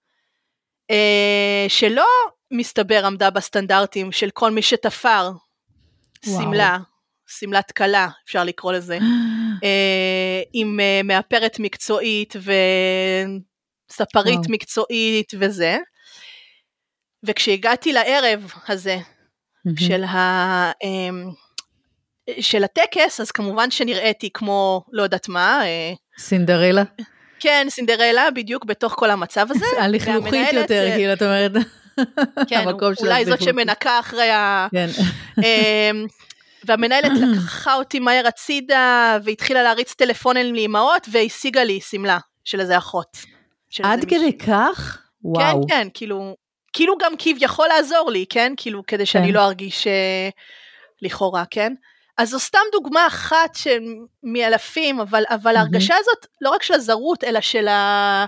שלא מסתבר עמדה בסטנדרטים של כל מי שתפר שמלה, סמלת קלה, אפשר לקרוא לזה, עם מאפרת מקצועית וספרית וואו. מקצועית וזה, וכשהגעתי לערב הזה mm-hmm. של, ה, של הטקס, אז כמובן שנראיתי כמו לא יודעת מה. סינדרלה? כן, סינדרלה, בדיוק בתוך כל המצב הזה. הלכלוכית יותר, כאילו את אומרת. כן, אולי זאת שמנקה אחרי ה... כן. והמנהלת לקחה אותי מהר הצידה, והתחילה להריץ טלפונים לאמהות, והשיגה לי סמלה של איזה אחות. עד כדי כך? וואו. כן, כן, כאילו, כאילו גם כביכול לעזור לי, כן? כאילו, כדי שאני לא ארגיש לכאורה, כן? אז זו סתם דוגמה אחת מאלפים, אבל, אבל ההרגשה הזאת, לא רק של הזרות, אלא של ה...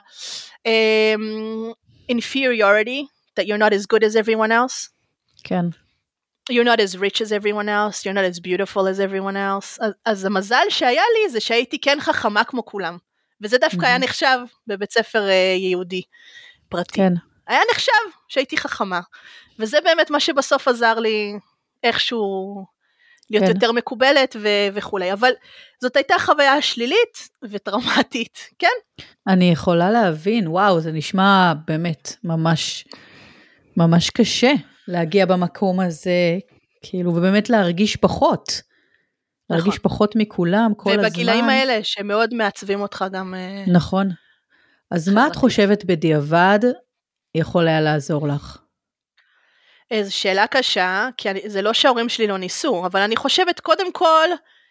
inferiority, that you're not as good as everyone else. כן. You're not as rich as everyone else, you're not as beautiful as everyone else. אז, אז המזל שהיה לי זה שהייתי כן חכמה כמו כולם. וזה דווקא mm-hmm. היה נחשב בבית ספר uh, יהודי פרטי. כן. היה נחשב שהייתי חכמה. וזה באמת מה שבסוף עזר לי איכשהו להיות כן. יותר מקובלת ו- וכולי. אבל זאת הייתה חוויה שלילית וטראומטית, כן? אני יכולה להבין, וואו, זה נשמע באמת ממש, ממש קשה. להגיע במקום הזה, כאילו, ובאמת להרגיש פחות. להרגיש נכון. פחות מכולם, כל ובגילאים הזמן. ובגילאים האלה, שמאוד מעצבים אותך גם... נכון. אז חברתי. מה את חושבת בדיעבד, יכול היה לעזור לך? איזו שאלה קשה, כי אני, זה לא שההורים שלי לא ניסו, אבל אני חושבת קודם כל,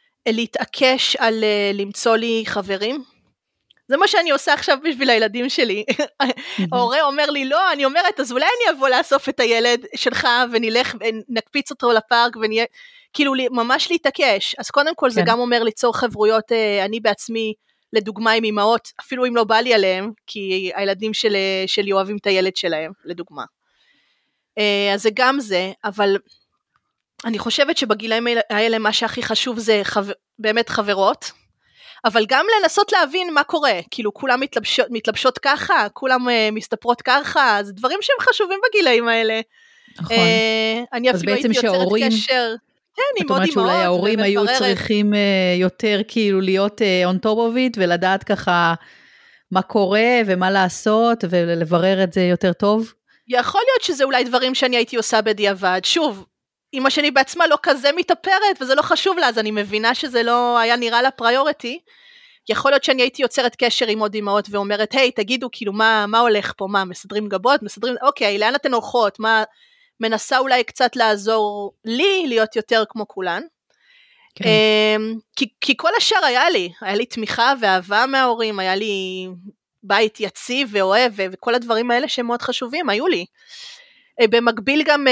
להתעקש על למצוא לי חברים, זה מה שאני עושה עכשיו בשביל הילדים שלי. ההורה אומר לי, לא, אני אומרת, אז אולי אני אבוא לאסוף את הילד שלך, ונלך ונקפיץ אותו לפארק, ונהיה, כאילו, ממש להתעקש. אז קודם כל, זה גם אומר ליצור חברויות, אני בעצמי, לדוגמה עם אמהות, אפילו אם לא בא לי עליהם, כי הילדים שלי אוהבים את הילד שלהם, לדוגמה. אז זה גם זה, אבל אני חושבת שבגילאים האלה, מה שהכי חשוב זה באמת חברות, אבל גם לנסות להבין מה קורה, כאילו כולם מתלבשות, מתלבשות ככה, כולם uh, מסתפרות ככה, זה דברים שהם חשובים בגילאים האלה. נכון. Uh, אני אפילו הייתי יוצרת שההורים, קשר, כן, עם עוד אמאות. שאולי ההורים היו צריכים uh, יותר כאילו להיות uh, on top of it, ולדעת ככה מה קורה ומה לעשות, ולברר את זה יותר טוב? יכול להיות שזה אולי דברים שאני הייתי עושה בדיעבד, שוב, אמא שלי בעצמה לא כזה מתאפרת, וזה לא חשוב לה, אז אני מבינה שזה לא היה נראה לה פריוריטי, יכול להיות שאני הייתי יוצרת קשר עם עוד אמאות, ואומרת, היי, תגידו, כאילו, מה, מה הולך פה, מה, מסדרים גבות, מסדרים, אוקיי, לאן אתן הולכות, מה, מנסה אולי קצת לעזור לי, להיות יותר כמו כולן, כן. כי, כי כל השאר היה לי, היה לי תמיכה ואהבה מההורים, היה לי בית יציב ואוהב, וכל הדברים האלה שהם מאוד חשובים, היו לי. במקביל גם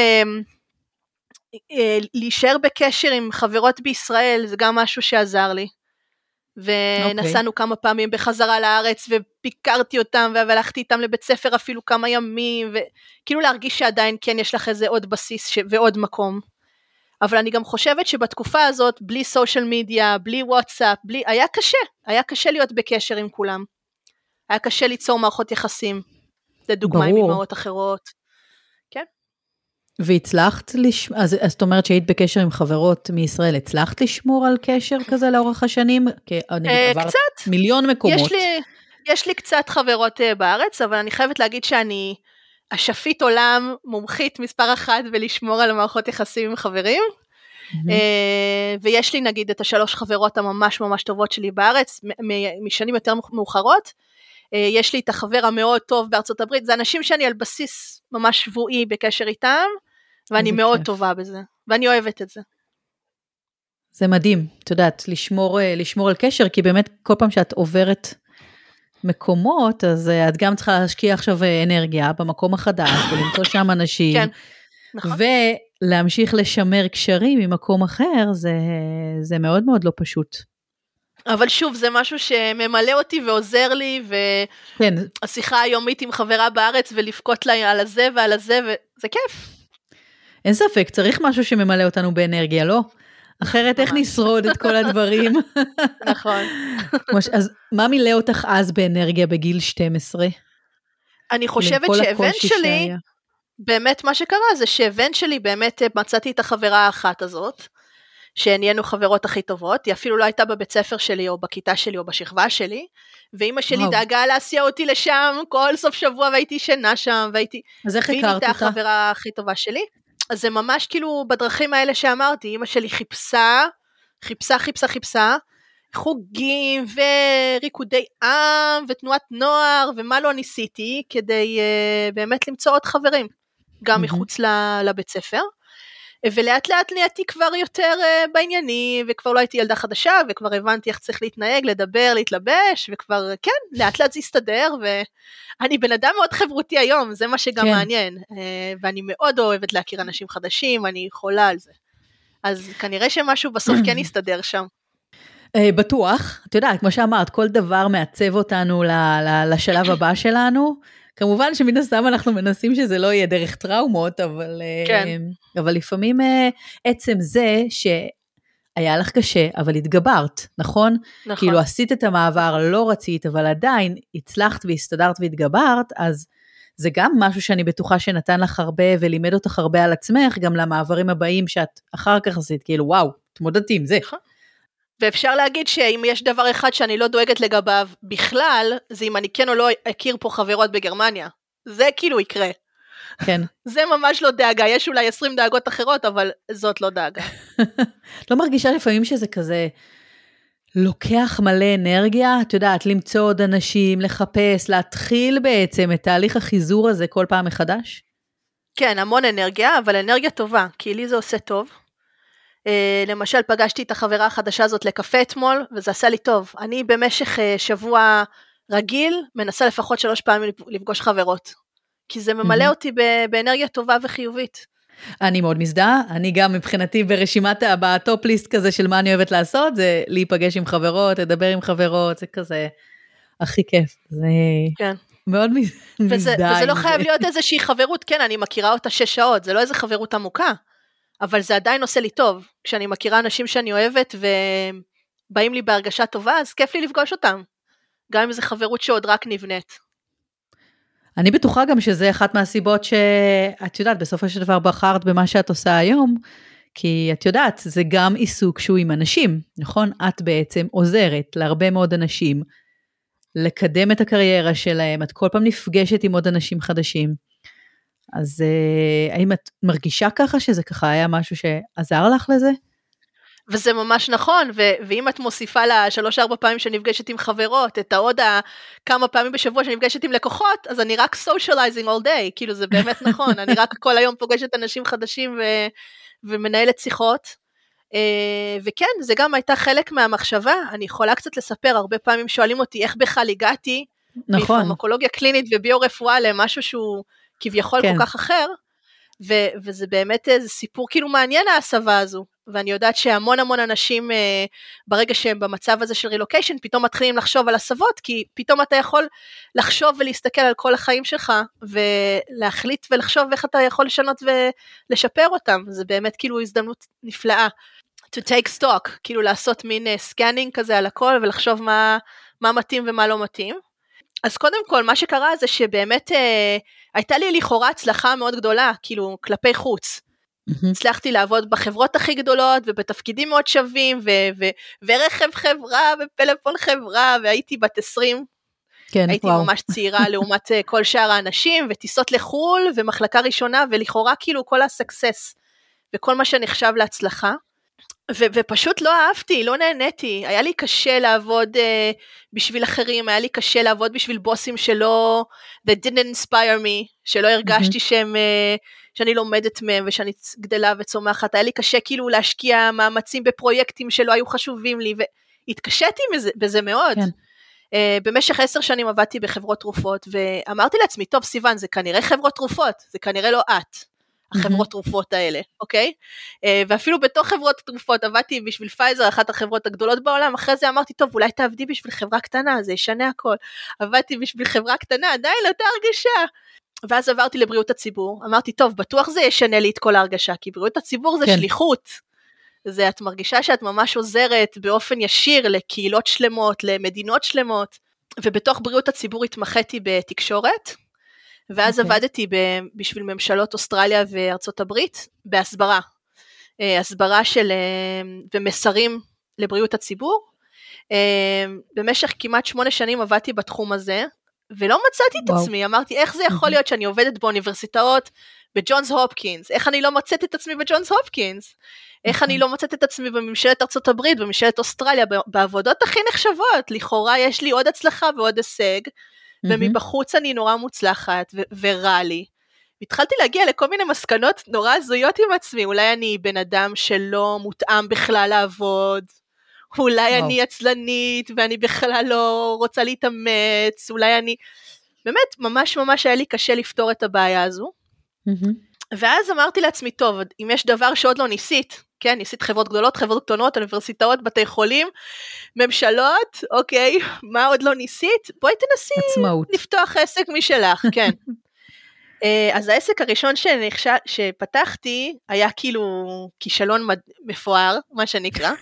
להישאר בקשר עם חברות בישראל, זה גם משהו שעזר לי. ונסענו okay. כמה פעמים בחזרה לארץ, וביקרתי אותם, והלכתי איתם לבית ספר אפילו כמה ימים, וכאילו להרגיש שעדיין כן יש לך איזה עוד בסיס ש... ועוד מקום. אבל אני גם חושבת שבתקופה הזאת, בלי סושיאל מדיה, בלי וואטסאפ, בלי... היה קשה, היה קשה להיות בקשר עם כולם. היה קשה ליצור מערכות יחסים, לדוגמה עם אמהות אחרות. כן. והצלחת, לש... אז, אז זאת אומרת שהיית בקשר עם חברות מישראל, הצלחת לשמור על קשר כזה לאורך השנים? כי אני עברת קצת. מיליון מקומות. יש לי, יש לי קצת חברות בארץ, אבל אני חייבת להגיד שאני השפית עולם מומחית מספר אחת בלשמור על מערכות יחסים עם חברים, mm-hmm. ויש לי נגיד את השלוש חברות הממש ממש טובות שלי בארץ, משנים יותר מאוחרות, יש לי את החבר המאוד טוב בארצות הברית, זה אנשים שאני על בסיס ממש שבועי בקשר איתם, ואני מאוד כיף. טובה בזה, ואני אוהבת את זה. זה מדהים, את יודעת, לשמור, לשמור על קשר, כי באמת כל פעם שאת עוברת מקומות, אז את גם צריכה להשקיע עכשיו אנרגיה במקום החדש, ולמצוא שם אנשים, כן, נכון. ולהמשיך לשמר קשרים ממקום אחר, זה, זה מאוד מאוד לא פשוט. אבל שוב, זה משהו שממלא אותי ועוזר לי, והשיחה כן. היומית עם חברה בארץ, ולפקוט לה על הזה ועל הזה, וזה כיף. אין ספק, צריך משהו שממלא אותנו באנרגיה, לא? אחרת איך נשרוד את כל הדברים? נכון. אז מה מילא אותך אז באנרגיה בגיל שתים עשרה? אני חושבת שהאבנט שלי, באמת מה שקרה, זה שהאבנט שלי באמת מצאתי את החברה האחת הזאת, שנהיינו חברות הכי טובות, היא אפילו לא הייתה בבית ספר שלי, או בכיתה שלי, או בשכבה שלי, ואמא שלי וואו. דאגה להסיע אותי לשם, כל סוף שבוע, והייתי שנה שם, והייתי... אז איך הכרת אותה? והיא הייתה החברה הכי טובה שלי. אז זה ממש כאילו בדרכים האלה שאמרתי, אמא שלי חיפשה, חיפשה, חיפשה, חיפשה, חוגים וריקודי עם, ותנועת נוער, ומה לא ניסיתי, כדי uh, באמת למצוא עוד חברים, גם מחוץ לבית ספר. ולאט לאט נהייתי כבר יותר uh, בעניינים, וכבר לא הייתי ילדה חדשה, וכבר הבנתי איך צריך להתנהג, לדבר, להתלבש, וכבר כן, לאט לאט זה הסתדר, ואני בן אדם מאוד חברותי היום, זה מה שגם כן. מעניין, uh, ואני מאוד אוהבת להכיר אנשים חדשים, אני חולה על זה. אז כנראה שמשהו בסוף כן יסתדר שם. בטוח, אתה יודע, כמו שאמרת, כל דבר מעצב אותנו לשלב הבא שלנו, כמובן שמן הסתם אנחנו מנסים שזה לא יהיה דרך טראומות, אבל, כן. אבל לפעמים עצם זה שהיה לך קשה, אבל התגברת, נכון? נכון. כאילו עשית את המעבר, לא רצית, אבל עדיין הצלחת והסתדרת והתגברת, אז זה גם משהו שאני בטוחה שנתן לך הרבה, ולימד אותך הרבה על עצמך, גם למעברים הבאים שאת אחר כך עשית, כאילו וואו, תמודדתי עם זה. נכון. ואפשר להגיד שאם יש דבר אחד שאני לא דואגת לגביו בכלל, זה אם אני כן או לא אכיר פה חברות בגרמניה. זה כאילו יקרה. כן. זה ממש לא דאגה, יש אולי עשרים דאגות אחרות, אבל זאת לא דאגה. לא מרגישה לפעמים שזה כזה, לוקח מלא אנרגיה, את יודעת, למצוא עוד אנשים, לחפש, להתחיל בעצם את תהליך החיזור הזה כל פעם מחדש? כן, המון אנרגיה, אבל אנרגיה טובה, כי לי זה עושה טוב. Uh, למשל פגשתי את החברה החדשה הזאת לקפה אתמול, וזה עשה לי טוב. אני במשך uh, שבוע רגיל, מנסה לפחות שלוש פעמים לפגוש חברות. כי זה ממלא mm-hmm. אותי באנרגיה טובה וחיובית. אני מאוד מזדהה, אני גם מבחינתי ברשימת, בטופ ליסט כזה של מה אני אוהבת לעשות, זה להיפגש עם חברות, לדבר עם חברות, זה כזה הכי כיף. זה כן. מאוד מזדהה. וזה, וזה לא חייב להיות איזושהי חברות, כן, אני מכירה אותה שש שעות, זה לא איזו חברות עמוקה. אבל זה עדיין עושה לי טוב, כשאני מכירה אנשים שאני אוהבת, ובאים לי בהרגשה טובה, אז כיף לי לפגוש אותם, גם אם זה חברות שעוד רק נבנית. אני בטוחה גם שזה אחת מהסיבות שאת יודעת, בסופו של דבר בחרת במה שאת עושה היום, כי את יודעת, זה גם עיסוק שהוא עם אנשים, נכון? את בעצם עוזרת להרבה מאוד אנשים, לקדם את הקריירה שלהם, את כל פעם נפגשת עם עוד אנשים חדשים, אז האם את מרגישה ככה, שזה ככה היה משהו שעזר לך לזה? וזה ממש נכון, ו- ואם את מוסיפה לה שלוש ארבע פעמים שנפגשת עם חברות, את העוד כמה פעמים בשבוע שנפגשת עם לקוחות, אז אני רק socializing all day, כאילו זה באמת נכון, אני רק כל היום פוגשת אנשים חדשים ו- ומנהלת שיחות, וכן, זה גם הייתה חלק מהמחשבה, אני יכולה קצת לספר, הרבה פעמים שואלים אותי איך בכלל הגעתי, נכון. מפרמקולוגיה קלינית וביו-רפואה למשהו שהוא כביכול כן. כל כך אחר, ו- וזה באמת איזה סיפור כאילו מעניין ההסבה הזו, ואני יודעת שהמון המון אנשים אה, ברגע שהם במצב הזה של רילוקיישן, פתאום מתחילים לחשוב על הסבות, כי פתאום אתה יכול לחשוב ולהסתכל על כל החיים שלך, ולהחליט ולחשוב איך אתה יכול לשנות ולשפר אותם, זה באמת כאילו הזדמנות נפלאה, to take stock, כאילו לעשות מין סקנינג כזה על הכל, ולחשוב מה, מה מתאים ומה לא מתאים. אז קודם כל, מה שקרה זה שבאמת אה, הייתה לי לכאורה הצלחה מאוד גדולה, כאילו כלפי חוץ. Mm-hmm. הצלחתי לעבוד בחברות הכי גדולות, ובתפקידים מאוד שווים, ו- ו- ורכב חברה, ופלאפון חברה, והייתי בת עשרים. כן, הייתי וואו. ממש צעירה לעומת כל שאר האנשים, וטיסות לחול, ומחלקה ראשונה, ולכאורה כאילו כל הסקסס, וכל מה שנחשב להצלחה. ו- ופשוט לא אהבתי, לא נהניתי, היה לי קשה לעבוד uh, בשביל אחרים, היה לי קשה לעבוד בשביל בוסים שלא, that didn't inspire me, שלא הרגשתי mm-hmm. שהם, uh, שאני לומדת מהם ושאני גדלה וצומחת, היה לי קשה כאילו להשקיע מאמצים בפרויקטים שלא היו חשובים לי, והתקשיתי בזה, בזה מאוד. כן. Uh, במשך עשר שנים עבדתי בחברות תרופות, ואמרתי לעצמי, טוב סיוון, זה כנראה חברות תרופות, זה כנראה לא את. החברות תרופות האלה, אוקיי? ואפילו בתוך חברות תרופות, עבדתי בשביל פייזר, אחת החברות הגדולות בעולם, אחרי זה אמרתי, טוב, אולי תעבדי בשביל חברה קטנה, זה ישנה הכל. עבדתי בשביל חברה קטנה, עדיין לא אותה הרגשה. ואז עברתי לבריאות הציבור, אמרתי, טוב, בטוח זה ישנה לי את כל ההרגשה, כי בריאות הציבור זה כן. שליחות. זה, את מרגישה שאת ממש עוזרת באופן ישיר לקהילות שלמות, למדינות שלמות, ובתוך בריאות הציבור התמחיתי בתקשורת, ואז okay. עבדתי ב- בשביל ממשלות אוסטרליה וארצות הברית, בהסברה, הסברה של, ומסרים לבריאות הציבור, במשך כמעט שמונה שנים עבדתי בתחום הזה, ולא מצאתי את wow. עצמי, אמרתי איך זה יכול להיות שאני עובדת באוניברסיטאות, בג'ונס הופקינס, איך אני לא מצאת את עצמי בג'ונס הופקינס, איך אני לא מצאת את עצמי בממשלת ארצות הברית, בממשלת אוסטרליה, בעבודות הכי נחשבות, לכאורה יש לי עוד הצלחה ועוד הישג, ומבחוץ אני נורא מוצלחת, ו- ורע לי. התחלתי להגיע לכל מיני מסקנות נורא הזויות עם עצמי, אולי אני בן אדם שלא מותאם בכלל לעבוד, אולי וואו. אני עצלנית, ואני בכלל לא רוצה להתאמץ, אולי אני, באמת ממש ממש היה לי קשה לפתור את הבעיה הזו, ואז אמרתי לעצמי, טוב, אם יש דבר שעוד לא ניסית, כן, ניסית חברות גדולות, חברות קטנות, אוניברסיטאות, בתי חולים, ממשלות, אוקיי, מה עוד לא ניסית? בואי תנסי עצמאות. לפתוח עסק משלך, כן. אז העסק הראשון שנחשב, שפתחתי, היה כאילו כישלון מפואר, מה שנקרא,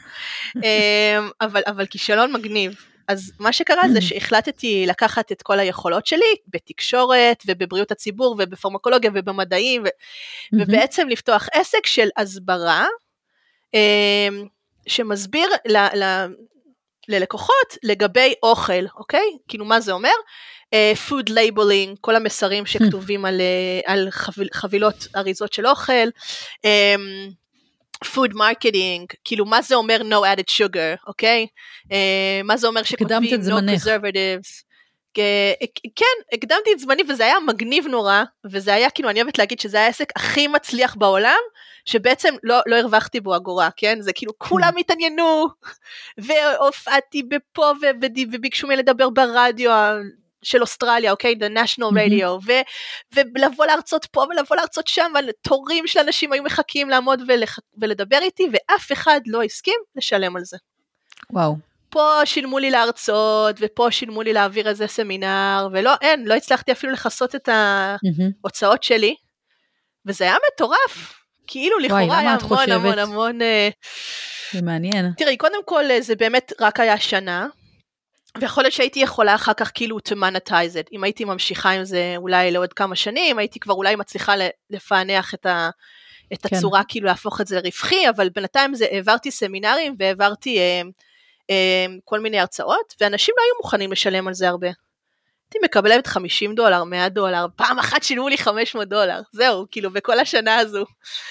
אבל, אבל כישלון מגניב. אז מה שקרה זה שהחלטתי לקחת את כל היכולות שלי, בתקשורת ובבריאות הציבור ובפרמקולוגיה ובמדעים, ו- ובעצם לפתוח עסק של הסברה, שמסביר ל- ל- ללקוחות לגבי אוכל, אוקיי? כאילו מה זה אומר? food labeling, כל המסרים שכתובים על, על חביל, חבילות אריזות של אוכל, food marketing, כאילו מה זה אומר no added sugar, אוקיי? מה זה אומר שכותבים no preservatives, כן, הקדמתי את זמני, וזה היה מגניב נורא, וזה היה, כאילו, אני אוהבת להגיד שזה היה העסק הכי מצליח בעולם, שבעצם לא, לא הרווחתי בו אגורה, כן? זה כאילו, כולם התעניינו, והופעתי בפה, וביקשו ממני לדבר ברדיו של אוסטרליה, אוקיי? The National Radio, ולבוא לארצות פה, ולבוא לארצות שם, והתורים של אנשים היו מחכים לעמוד ולדבר איתי, ואף אחד לא הסכים לשלם על זה. וואו. פה שילמו לי להרצות, ופה שילמו לי להעביר איזה סמינר, ולא, אין, לא הצלחתי אפילו לחסות את ההוצאות שלי, וזה היה מטורף, כאילו לכאורה היה המון המון המון... זה מעניין. תראי, קודם כל זה באמת רק היה שנה, ויכול להיות שהייתי יכולה אחר כך כאילו to monetize it, אם הייתי ממשיכה עם זה אולי לעוד כמה שנים, הייתי כבר אולי מצליחה לפענח את ה... את הצורה, כאילו להפוך את זה לרווחי, אבל בינתיים זה, העברתי סמינרים, והעברתי... כל מיני הרצאות, ואנשים לא היו מוכנים לשלם על זה הרבה. הייתי מקבלת חמישים דולר, מאה דולר, פעם אחת שילמו לי חמש מאות דולר, זהו, כאילו בכל השנה הזו.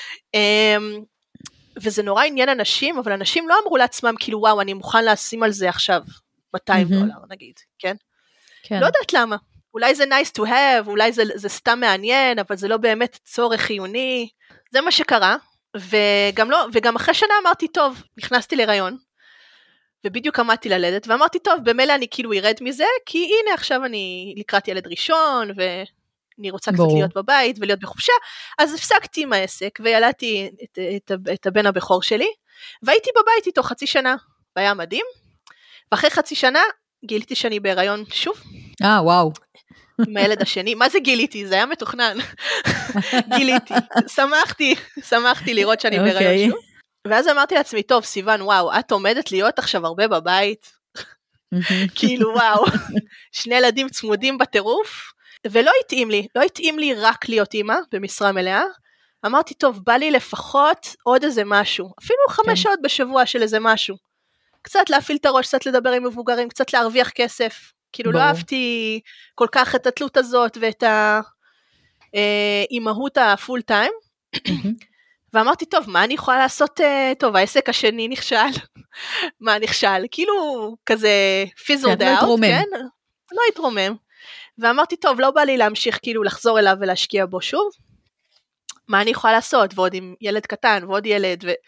וזה נורא עניין אנשים, אבל אנשים לא אמרו לעצמם, כאילו וואו, אני מוכן לשים על זה עכשיו, מאתיים דולר נגיד, כן? לא יודעת למה. אולי זה nice to have, אולי זה, זה סתם מעניין, אבל זה לא באמת צורך חיוני. זה מה שקרה, וגם לא, וגם אחרי שנה אמרתי, טוב, נכנסתי להיריון, ובדיוק עמדתי ללדת, ואמרתי, טוב, במילא אני כאילו ירד מזה, כי הנה עכשיו אני לקראת ילד ראשון, ואני רוצה קצת להיות בבית, ולהיות בחופשה, אז הפסקתי עם העסק, וילדתי את, את, את, את הבן הבכור שלי, והייתי בבית איתו חצי שנה, והיה מדהים, ואחרי חצי שנה, גיליתי שאני בהיריון שוב. אה, וואו. עם הילד השני, מה זה גיליתי? זה היה מתוכנן. גיליתי, שמחתי, שמחתי לראות שאני בהיריון שוב. ואז אמרתי לעצמי, טוב, סיוון, וואו, את עומדת להיות עכשיו הרבה בבית, כאילו וואו, שני ילדים צמודים בטירוף, ולא התאים לי, לא התאים לי רק להיות אימא במשרה מלאה, אמרתי, טוב, בא לי לפחות עוד איזה משהו, אפילו חמש שעות בשבוע של איזה משהו, קצת להפעיל את הראש, קצת לדבר עם מבוגרים, קצת להרוויח כסף, כאילו לא אהבתי כל כך את התלות הזאת, ואת האימהות הפול טיים, ואמרתי, טוב, מה אני יכולה לעשות, טוב, העסק השני נכשל, מה נכשל, כאילו כזה fizzled out, כן? לא התרומם, ואמרתי, טוב, לא בא לי להמשיך כאילו לחזור אליו ולהשקיע בו שוב, מה אני יכולה לעשות, ועוד עם ילד קטן, ועוד ילד, ו...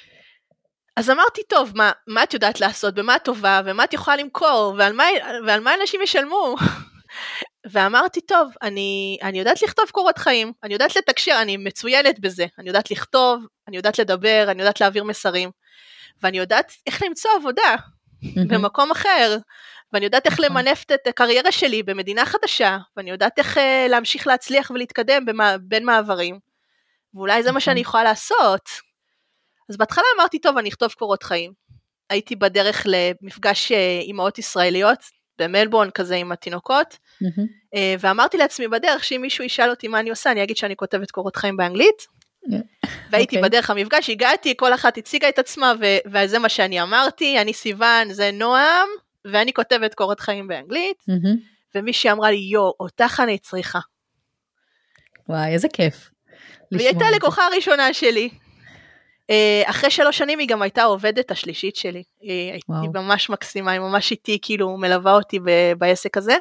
אז אמרתי, טוב, מה, מה את יודעת לעשות, במה את טובה, ומה את יכולה למכור, ועל מה, ועל מה אנשים ישלמו, ואמרתי, טוב, אני, אני יודעת לכתוב קורות חיים, אני יודעת לתקשר, אני מצוינת בזה, אני יודעת לכתוב, אני יודעת לדבר, אני יודעת להעביר מסרים, ואני יודעת איך למצוא עבודה במקום אחר, ואני יודעת איך למנף את הקריירה שלי במדינה חדשה, ואני יודעת איך להמשיך להצליח ולהתקדם בין מעברים, ואולי זה מה שאני יכולה לעשות. אז בהתחלה אמרתי, טוב, אני אכתוב קורות חיים. הייתי בדרך למפגש אימהות ישראליות, במלבורן כזה עם התינוקות, mm-hmm. ואמרתי לעצמי בדרך, שאם מישהו ישאל אותי מה אני עושה, אני אגיד שאני כותבת קורות חיים באנגלית, yeah. והייתי okay. בדרך המפגש, הגעתי, כל אחת הציגה את עצמה, ו- וזה מה שאני אמרתי, אני סיוון, זה נועם, ואני כותבת קורות חיים באנגלית, mm-hmm. ומישהי אמרה לי, יו, אותך אני צריכה. וואי, איזה כיף. והיא הייתה לקוחה הראשונה שלי, אחרי שלוש שנים היא גם הייתה עובדת השלישית שלי, היא הייתי ממש מקסימה, היא ממש איתי, כאילו מלווה אותי בעסק הזה,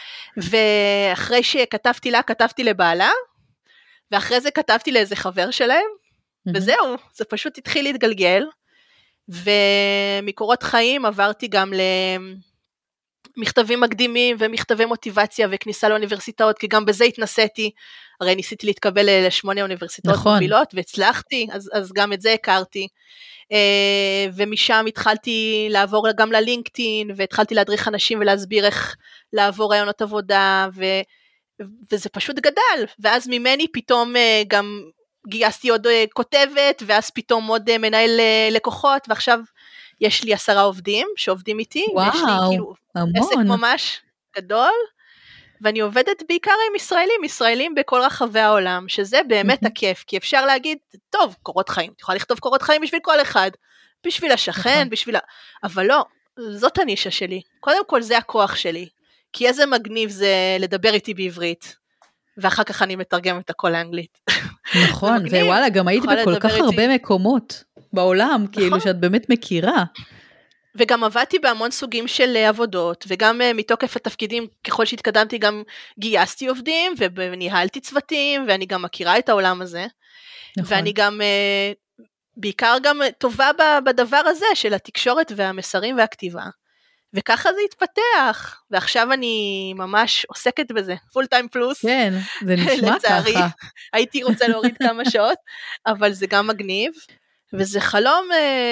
ואחרי שכתבתי לה, כתבתי לבעלה, ואחרי זה כתבתי לאיזה חבר שלהם, וזהו, זה פשוט התחיל להתגלגל, ומקורות חיים עברתי גם למכתבים מקדימים, ומכתבי מוטיבציה, וכניסה לאוניברסיטאות, כי גם בזה התנסיתי, הרי ניסיתי להתקבל לשמונה אוניברסיטאות נכון. מובילות, והצלחתי, אז, אז גם את זה הכרתי, ומשם התחלתי לעבור גם ללינקדאין, והתחלתי להדריך אנשים ולהסביר איך לעבור רעיונות עבודה, ו, וזה פשוט גדל, ואז ממני פתאום גם גייסתי עוד כותבת, ואז פתאום עוד מנהל לקוחות, ועכשיו יש לי עשרה עובדים שעובדים איתי, וואו, ויש לי כאילו המון. עסק ממש גדול, ואני עובדת בעיקר עם ישראלים, ישראלים בכל רחבי העולם, שזה באמת mm-hmm. הכיף, כי אפשר להגיד, טוב, קורות חיים, את יכולה לכתוב קורות חיים בשביל כל אחד, בשביל השכן, בשביל ה... אבל לא, זאת הנישה שלי, קודם כל זה הכוח שלי, כי איזה מגניב זה לדבר איתי בעברית, ואחר כך אני מתרגמת את הכל לאנגלית. נכון, ווואלה, גם היית בכל כך הרבה מקומות בעולם, כאילו שאת באמת מכירה. וגם עבדתי בהמון סוגים של עבודות, וגם מתוקף התפקידים, ככל שהתקדמתי, גם גייסתי עובדים, וניהלתי צוותים, ואני גם מכירה את העולם הזה, נכון. ואני גם, בעיקר גם טובה בדבר הזה, של התקשורת והמסרים והכתיבה, וככה זה התפתח, ועכשיו אני ממש עוסקת בזה, פול טיים פלוס, כן, זה נשמע לצערי, ככה. הייתי רוצה להוריד כמה שעות, אבל זה גם מגניב, וזה חלום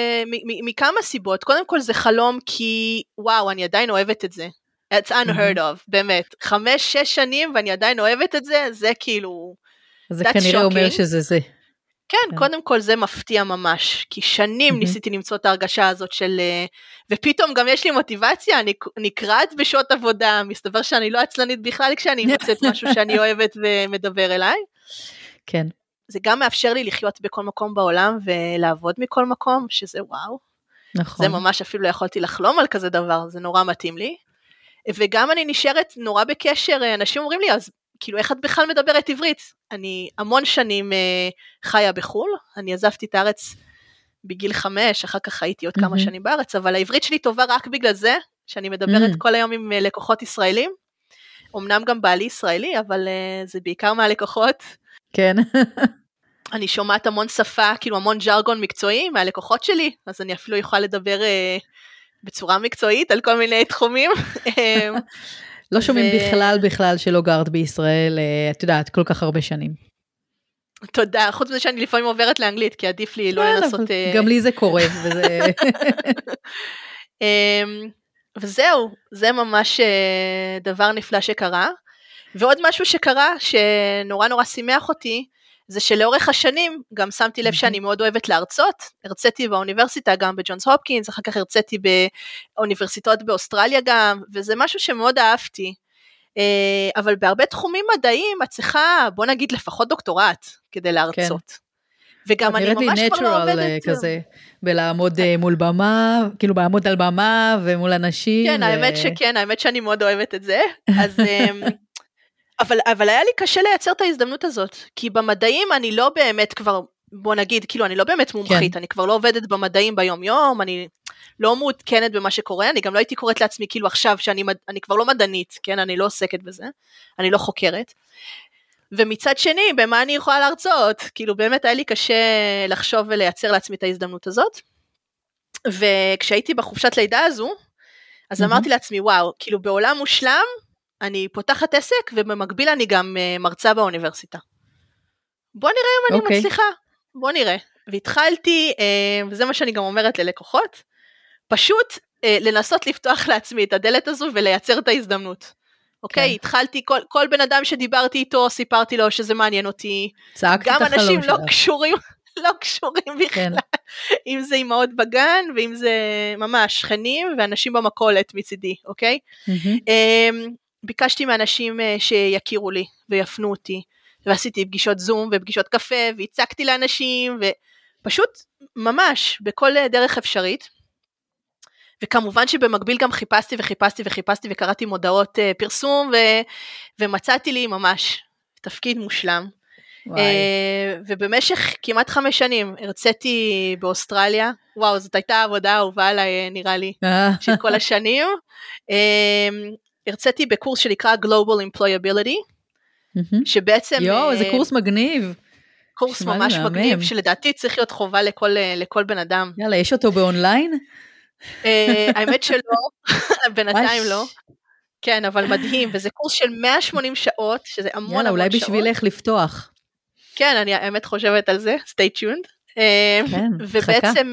מכמה סיבות, קודם כל זה חלום כי וואו אני עדיין אוהבת את זה, it's unheard of, באמת, חמש, שש שנים ואני עדיין אוהבת את זה, זה כאילו, זה כנראה אומר שזה זה. כן, קודם כל זה מפתיע ממש, כי שנים ניסיתי למצוא את ההרגשה הזאת של, ופתאום גם יש לי מוטיבציה, אני נקראת בשעות עבודה, מסתבר שאני לא עצלנית בכלל כשאני מוצאת משהו שאני אוהבת ומדבר אליי. כן. זה גם מאפשר לי לחיות בכל מקום בעולם, ולעבוד מכל מקום, שזה וואו. נכון. זה ממש אפילו לא יכולתי לחלום על כזה דבר, זה נורא מתאים לי. וגם אני נשארת נורא בקשר, אנשים אומרים לי, אז כאילו איך את בכלל מדברת עברית? אני המון שנים חיה בחול, אני עזבתי את הארץ בגיל חמש, אחר כך הייתי עוד כמה שנים בארץ, אבל העברית שלי טובה רק בגלל זה, שאני מדברת כל היום עם לקוחות ישראלים, אמנם גם בעלי ישראלי, אבל זה בעיקר מהלקוחות. כן. אני שומעת המון שפה, כאילו המון ז'רגון מקצועי מהלקוחות שלי, אז אני אפילו יכולה לדבר אה, בצורה מקצועית על כל מיני תחומים. לא שומעים ו... בכלל בכלל שלא גרת בישראל, את יודעת, כל כך הרבה שנים. תודה, חוץ מזה שאני לפעמים עוברת לאנגלית, כי עדיף לי לא לנסות... גם לי זה קורה, וזה... וזהו, זה ממש דבר נפלא שקרה, ועוד משהו שקרה, שנורא נורא שימח אותי, זה שלאורך השנים, גם שמתי לב שאני מאוד אוהבת להרצות, הרציתי באוניברסיטה גם בג'ונס הופקינס, אחר כך הרציתי באוניברסיטאות באוסטרליה גם, וזה משהו שמאוד אהבתי, אבל בהרבה תחומים מדעיים, את צריכה, בוא נגיד לפחות דוקטורט, כדי להרצות. וגם אני ממש כבר לא עובדת. כזה, בלעמוד מול במה, כאילו בעמוד על במה ומול אנשים. כן, האמת שכן, האמת שאני מאוד אוהבת את זה, אז... אבל, אבל היה לי קשה לייצר את ההזדמנות הזאת, כי במדעים אני לא באמת כבר, בוא נגיד, כאילו אני לא באמת מומחית, כן. אני כבר לא עובדת במדעים ביום יום, אני לא מעודכנת במה שקורה, אני גם לא הייתי קוראת לעצמי כאילו עכשיו שאני אני כבר לא מדענית, כן, אני לא עוסקת בזה, אני לא חוקרת, ומצד שני, במה אני יכולה להרצות, כאילו באמת היה לי קשה לחשוב ולייצר לעצמי את ההזדמנות הזאת, וכשהייתי בחופשת לידה הזו, אז mm-hmm. אמרתי לעצמי, וואו, כאילו בעולם מושלם, אני פותחת עסק, ובמקביל אני גם uh, מרצה באוניברסיטה. בוא נראה אם אני okay. מצליחה, בוא נראה. והתחלתי, uh, וזה מה שאני גם אומרת ללקוחות, פשוט uh, לנסות לפתוח לעצמי את הדלת הזו, ולייצר את ההזדמנות. אוקיי, okay. okay, התחלתי, כל, כל בן אדם שדיברתי איתו, סיפרתי לו שזה מעניין אותי. צעקתי את החלום שלך. גם אנשים לא קשורים, לא קשורים בכלל. כן. אם זה אימהות בגן, ואם זה ממש שכנים, ואנשים במכולת מצידי, אוקיי? Mm-hmm. Um, ביקשתי מאנשים שיכירו לי ויפנו אותי, ועשיתי פגישות זום ופגישות קפה, והצקתי לאנשים, ופשוט ממש בכל דרך אפשרית, וכמובן שבמקביל גם חיפשתי וחיפשתי וחיפשתי, וקראתי מודעות פרסום, ו... ומצאתי לי ממש תפקיד מושלם, וואי. ובמשך כמעט חמש שנים, הרציתי באוסטרליה, וואו, זאת הייתה עבודה אהובה עליי, נראה לי, של כל השנים, הרציתי בקורס שנקרא Global Employability, שבעצם... יו, איזה קורס מגניב. קורס ממש מגניב, שלדעתי צריך להיות חובה לכל בן אדם. יאללה, יש אותו באונליין? האמת שלא, בינתיים לא. כן, אבל מדהים, וזה קורס של מאה ושמונים שעות, שזה המון המון שעות. יאללה, אולי בשבילך לפתוח. כן, אני האמת חושבת על זה, stay tuned. ובעצם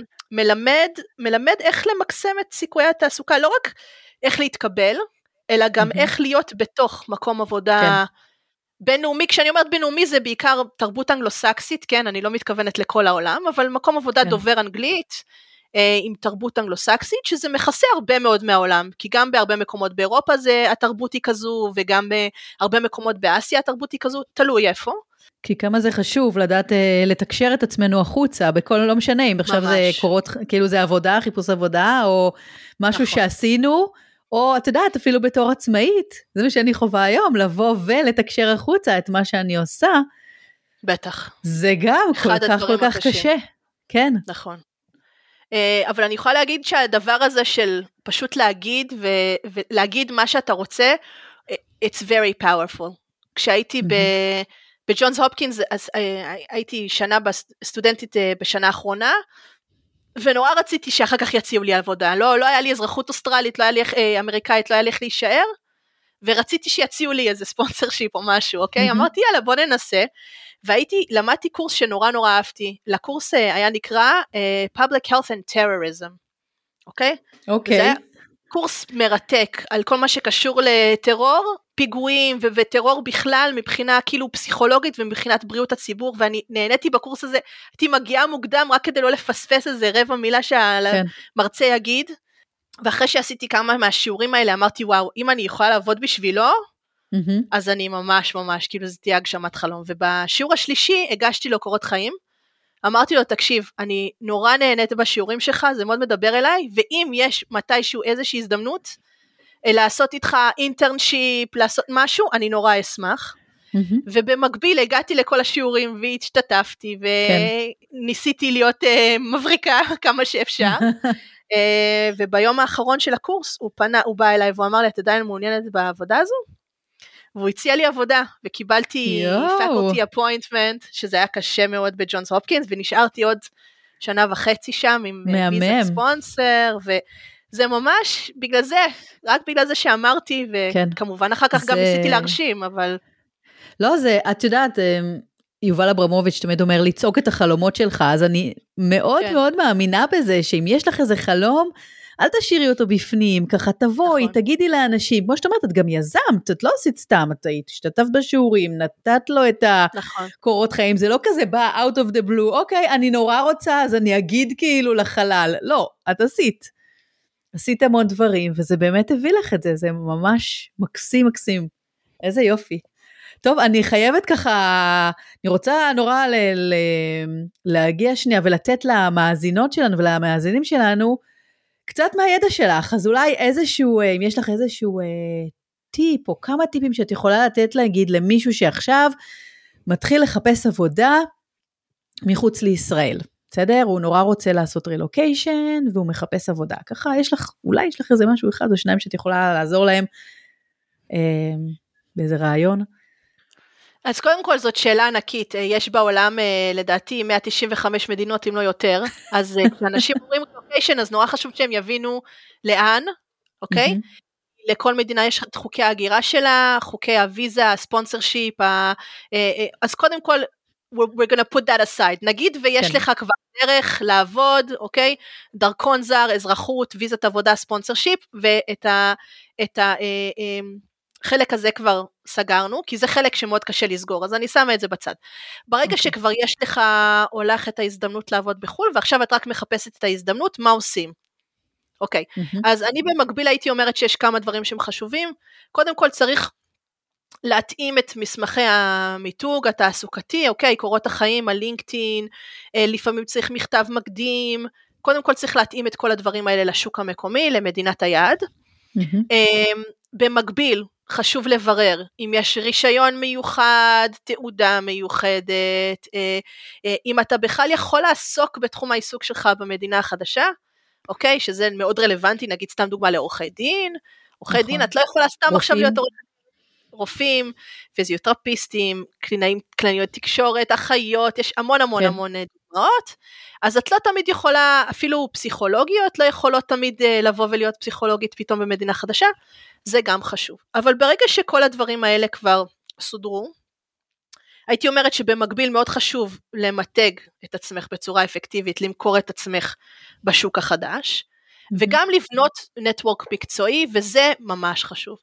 מלמד, מלמד איך למקסם את סיכויי התעסוקה, לא רק איך להתקבל, אלא גם mm-hmm. איך להיות בתוך מקום עבודה כן. בינלאומי, כשאני אומרת בינלאומי זה בעיקר תרבות אנגלוסקסית, כן, אני לא מתכוונת לכל העולם, אבל מקום עבודה כן. דובר אנגלית, אה, עם תרבות אנגלוסקסית, שזה מכסה הרבה מאוד מהעולם, כי גם בהרבה מקומות באירופה זה התרבות היא כזו, וגם בהרבה מקומות באסיה התרבות היא כזו, תלוי איפה. כי כמה זה חשוב לדעת אה, לתקשר את עצמנו החוצה, בכל לא משנה, אם עכשיו ממש. זה קורות, כאילו זה עבודה, חיפוש עבודה, או משהו נכון. שעשינו, או את יודעת, אפילו בתור עצמאית, זה מה שאני חובה היום, לבוא ולתקשר החוצה את מה שאני עושה. בטח. זה גם כל כך כל כך קשה. כן. נכון. אבל אני יכולה להגיד שהדבר הזה של פשוט להגיד, ולהגיד מה שאתה רוצה, it's very powerful. כשהייתי ב... בג'ונס הופקינס, אז הייתי שנה סטודנטית בשנה האחרונה, ונורא רציתי שאחר כך יציעו לי עבודה, לא, לא היה לי אזרחות אוסטרלית, לא היה לי אה, אמריקאית, לא היה לי איך להישאר, ורציתי שיציעו לי איזה ספונסר שיפ או משהו, אוקיי? Mm-hmm. אמרתי, יאללה, בוא ננסה, והייתי, למדתי קורס שנורא נורא אהבתי, לקורס היה נקרא uh, Public Health and Terrorism, אוקיי? אוקיי. זה היה קורס מרתק, על כל מה שקשור לטרור, פיגועים ו- וטרור בכלל, מבחינה כאילו פסיכולוגית, ומבחינת בריאות הציבור, ואני נהניתי בקורס הזה, הייתי מגיעה מוקדם, רק כדי לא לפספס איזה רבע מילה שהמרצה כן. יגיד, ואחרי שעשיתי כמה מהשיעורים האלה, אמרתי, וואו, אם אני יכולה לעבוד בשבילו, mm-hmm. אז אני ממש ממש, כאילו זה תהיה הגשמת חלום, ובשיעור השלישי, הגשתי לו קורות חיים, אמרתי לו, תקשיב, אני נורא נהנית בשיעורים שלך, זה מאוד מדבר אליי, ואם יש מתישהו איזושהי הזדמנות, לעשות איתך אינטרנשיפ, לעשות משהו, אני נורא אשמח, mm-hmm. ובמקביל הגעתי לכל השיעורים, והשתתפתי, וניסיתי להיות uh, מבריקה כמה שאפשר, uh, וביום האחרון של הקורס, הוא פנה, הוא בא אליי, והוא אמר לי, את עדיין מעוניינת בעבודה הזו? והוא הציע לי עבודה, וקיבלתי faculty appointment, שזה היה קשה מאוד בג'ונס הופקינס, ונשארתי עוד שנה וחצי שם, עם ויזת ספונסר, וזה ממש בגלל זה, רק בגלל זה שאמרתי, וכמובן אחר כך גם ניסיתי להרשים, אבל... לא, זה, את יודעת, יובל אברמוביץ' תמיד אומר, לצעוק את החלומות שלך, אז אני מאוד מאוד מאמינה בזה, שאם יש לך איזה חלום, אל תשאירי אותו בפנים, ככה תבואי, נכון. תגידי לאנשים, כמו שאת אומרת, את גם יזמת, את לא עשית סתם, את השתתף בשיעורים, נתת לו את הקורות נכון. חיים, זה לא כזה בא out of the blue, אוקיי, אני נורא רוצה, אז אני אגיד כאילו לחלל, לא, את עשית, עשית המון דברים, וזה באמת הביא לך את זה, זה ממש מקסים מקסים, איזה יופי. טוב, אני חייבת ככה, אני רוצה נורא ל- ל- להגיע שנייה, ולתת למאזינות שלנו ולמאזינים שלנו, קצת מהידע שלך, אז אולי איזשהו, אם יש לך איזשהו אה, טיפ, או כמה טיפים שאת יכולה לתת להגיד למישהו שעכשיו מתחיל לחפש עבודה מחוץ לישראל, בסדר? הוא נורא רוצה לעשות רילוקיישן, והוא מחפש עבודה. ככה, יש לך, אולי יש לך איזה משהו אחד או שניים שאת יכולה לעזור להם אה, באיזה רעיון? אז קודם כל זאת שאלה ענקית, יש בעולם לדעתי מאה תשעים וחמש מדינות אם לא יותר, אז כשאנשים אומרים רילוקיישן אז נורא חשוב שהם יבינו לאן, אוקיי? לכל מדינה יש את חוקי ההגירה שלה, חוקי הוויזה, הספונסרשיפ, אז קודם כל we're gonna put that aside, נגיד ויש לך כבר דרך לעבוד, אוקיי? דרכון זר, אזרחות, ויזת עבודה, ספונסרשיפ, ואת ה... את ה חלק הזה כבר סגרנו, כי זה חלק שמאוד קשה לסגור, אז אני שמה את זה בצד. ברגע okay. שכבר יש לך או לך את ההזדמנות לעבוד בחול, ועכשיו את רק מחפשת את ההזדמנות, מה עושים? אוקיי, okay. mm-hmm. אז אני במקביל הייתי אומרת שיש כמה דברים שהם חשובים, קודם כל צריך להתאים את מסמכי המיתוג, התעסוקתי, אוקיי, קורות החיים, הלינקדאין, לפעמים צריך מכתב מקדים, קודם כל צריך להתאים את כל הדברים האלה לשוק המקומי, למדינת היעד, mm-hmm. במקביל, חשוב לברר אם יש רישיון מיוחד, תעודה מיוחדת, אם אתה בכלל יכול לעסוק בתחום העיסוק שלך במדינה החדשה, אוקיי, שזה מאוד רלוונטי, נגיד סתם דוגמה לעורכי דין, עורכי דין, את לא יכולה סתם עכשיו להיות עורכי דין, רופאים, פיזיותרפיסטים, קלינאיות תקשורת, אחיות, יש המון המון המון דוגמאות, אז את לא תמיד יכולה, אפילו פסיכולוגיות לא יכולות תמיד לבוא ולהיות פסיכולוגית פתאום במדינה חדשה, זה גם חשוב. אבל ברגע שכל הדברים האלה כבר סודרו, הייתי אומרת שבמקביל מאוד חשוב למתג את עצמך בצורה אפקטיבית, למכור את עצמך בשוק החדש, mm-hmm. וגם לבנות נטוורק מקצועי, וזה ממש חשוב.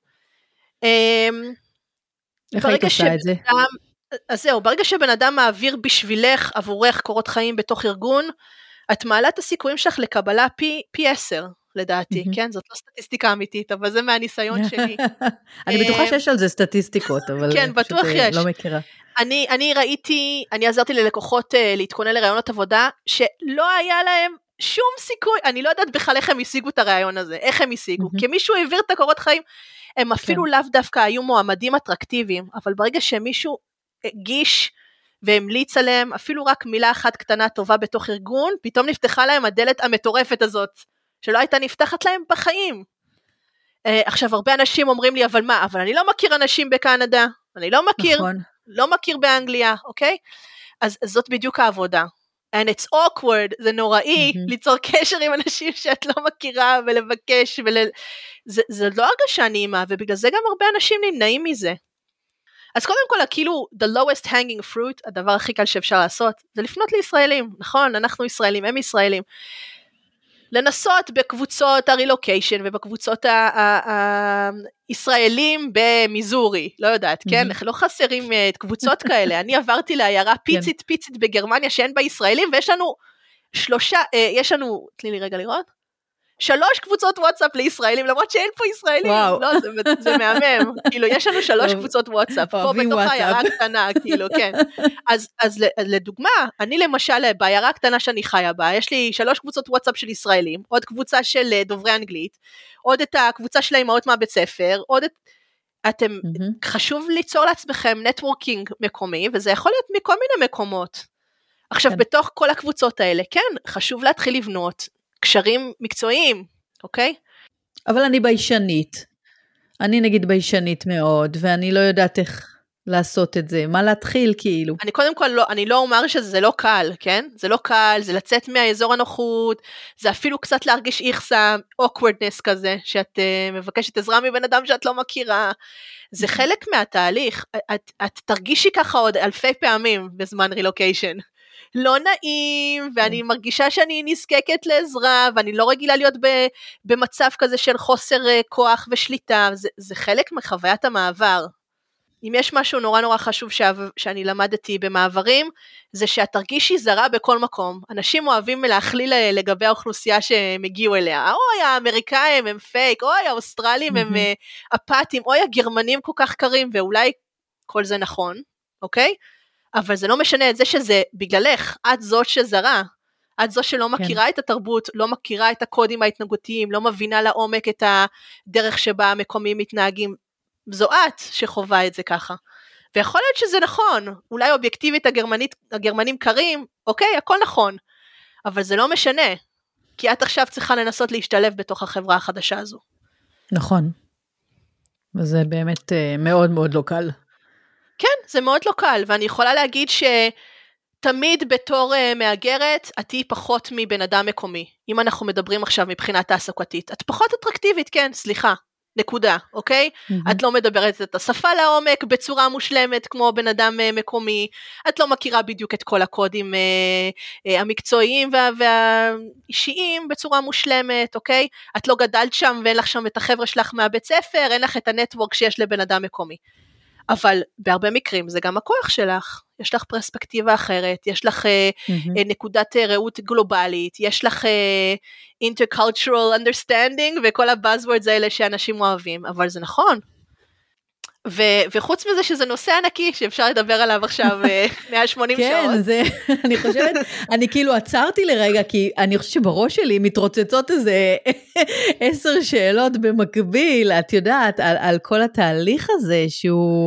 איך היית עושה את זה? אז זהו, ברגע שבן אדם מעביר בשבילך, עבורך קורות חיים בתוך ארגון, את מעלה את הסיכויים שלך לקבלה פי, פי עשר, לדעתי, כן? זאת לא סטטיסטיקה אמיתית, אבל זה מהניסיון שלי. אני בטוחה שיש על זה סטטיסטיקות, אבל כן, בטוח יש. לא מכירה. אני, אני ראיתי, אני עזרתי ללקוחות להתכונן לרעיונות עבודה, שלא היה להם שום סיכוי, אני לא יודעת בכלל איך הם השיגו את הרעיון הזה, איך הם השיגו, כי מישהו העביר את הקורות חיים, הם אפילו לאו דווקא היו מועמדים אטרקטיביים, אבל ברגע שמישהו הגיש והמליץ עליהם, אפילו רק מילה אחת קטנה טובה בתוך ארגון, פתאום נפתחה להם הדלת המטורפת הזאת, שלא הייתה נפתחת להם בחיים. עכשיו, הרבה אנשים אומרים לי, אבל מה, אבל אני לא מכיר אנשים בקנדה, אני לא מכיר, נכון. לא מכיר באנגליה, אוקיי? אז, אז זאת בדיוק העבודה. And it's awkward, זה נוראי, mm-hmm. ליצור קשר עם אנשים שאת לא מכירה, ולבקש, ול... זה, זה לא הרגשה נעימה, ובגלל זה גם הרבה אנשים נמנעים מזה. אז קודם כל, כאילו, the lowest hanging fruit, הדבר הכי קל שאפשר לעשות, זה לפנות לישראלים, נכון? אנחנו ישראלים, הם ישראלים. לנסות בקבוצות הרילוקיישן, ובקבוצות הישראלים במיזורי, לא יודעת, כן? לא חסרים קבוצות כאלה, אני עברתי לעיירה פיצית פיצית בגרמניה, שאין בה ישראלים, ויש לנו שלושה, יש לנו, תני לי רגע לראות, שלוש קבוצות וואטסאפ לישראלים, למרות שאין פה ישראלים, לא, זה, זה מהמם, כאילו, יש לנו שלוש קבוצות וואטסאפ, פה בתוך העיירה הקטנה, כאילו, כן, אז, אז לדוגמה, אני למשל, בעיירה הקטנה שאני חיה בה, יש לי שלוש קבוצות וואטסאפ של ישראלים, עוד קבוצה של דוברי אנגלית, עוד את הקבוצה של האימהות מהבית ספר, עוד את, אתם, mm-hmm. חשוב ליצור לעצמכם נטוורקינג מקומי, וזה יכול להיות מכל מיני מקומות, עכשיו, כן. בתוך כל הקבוצות האלה, כן, חשוב להתחיל לבנות, קשרים מקצועיים, אוקיי? אבל אני ביישנית. אני נגיד ביישנית מאוד, ואני לא יודעת איך לעשות את זה, מה להתחיל כאילו. אני קודם כל לא, אני לא אומר שזה לא קל, כן? זה לא קל, זה לצאת מהאזור הנוחות, זה אפילו קצת להרגיש איכסה, awkwardness כזה, שאת uh, מבקשת עזרה מבן אדם שאת לא מכירה, זה חלק מהתהליך, את, את תרגישי ככה עוד אלפי פעמים בזמן רילוקיישן, לא נעים, ואני מרגישה שאני נזקקת לעזרה, ואני לא רגילה להיות ב, במצב כזה של חוסר uh, כוח ושליטה, זה, זה חלק מחוויית המעבר. אם יש משהו נורא נורא חשוב ש... שאני למדתי במעברים, זה שאת תרגישי זרה בכל מקום. אנשים אוהבים להכליל לגבי האוכלוסייה שהם הגיעו אליה. אוי, האמריקאים הם פייק, אוי, האוסטרלים הם אפאטים, אוי, הגרמנים כל כך קרים, ואולי כל זה נכון, אוקיי? אבל זה לא משנה את זה שזה בגללך, את זאת שזרה, את זו שלא מכירה את התרבות, לא מכירה את הקודים ההתנהגותיים, לא מבינה לעומק את הדרך שבה המקומים מתנהגים, זו את שחובה את זה ככה, ויכול להיות שזה נכון, אולי אובייקטיבית הגרמנית, הגרמנים קרים, אוקיי, הכל נכון, אבל זה לא משנה, כי את עכשיו צריכה לנסות להשתלב בתוך החברה החדשה הזו. נכון, וזה באמת מאוד מאוד לא קל. כן, זה מאוד לא קל, ואני יכולה להגיד שתמיד בתור מאגרת, את תהיי פחות מבן אדם מקומי, אם אנחנו מדברים עכשיו מבחינת תעסוקתית, את פחות אטרקטיבית, כן, סליחה, נקודה, אוקיי? Mm-hmm. את לא מדברת את השפה לעומק בצורה מושלמת כמו בן אדם מקומי, את לא מכירה בדיוק את כל הקודים אה, אה, המקצועיים וה, והאישיים בצורה מושלמת, אוקיי? את לא גדלת שם ואין לך שם את החבר'ה שלך מהבית ספר, אין לך את הנטוורק שיש לבן אדם מקומי. אבל בהרבה מקרים זה גם הכוח שלך, יש לך פרספקטיבה אחרת, יש לך mm-hmm. נקודת ראות גלובלית, יש לך intercultural understanding, וכל הבאזוורדס האלה שאנשים אוהבים, אבל זה נכון. ו- וחוץ מזה שזה נושא ענקי, שאפשר לדבר עליו עכשיו מאה ושמונים כן, שעות. כן, זה, אני חושבת, אני כאילו עצרתי לרגע, כי אני חושבת שבראש שלי מתרוצצות איזה עשר שאלות במקביל, את יודעת, על, על כל התהליך הזה, שהוא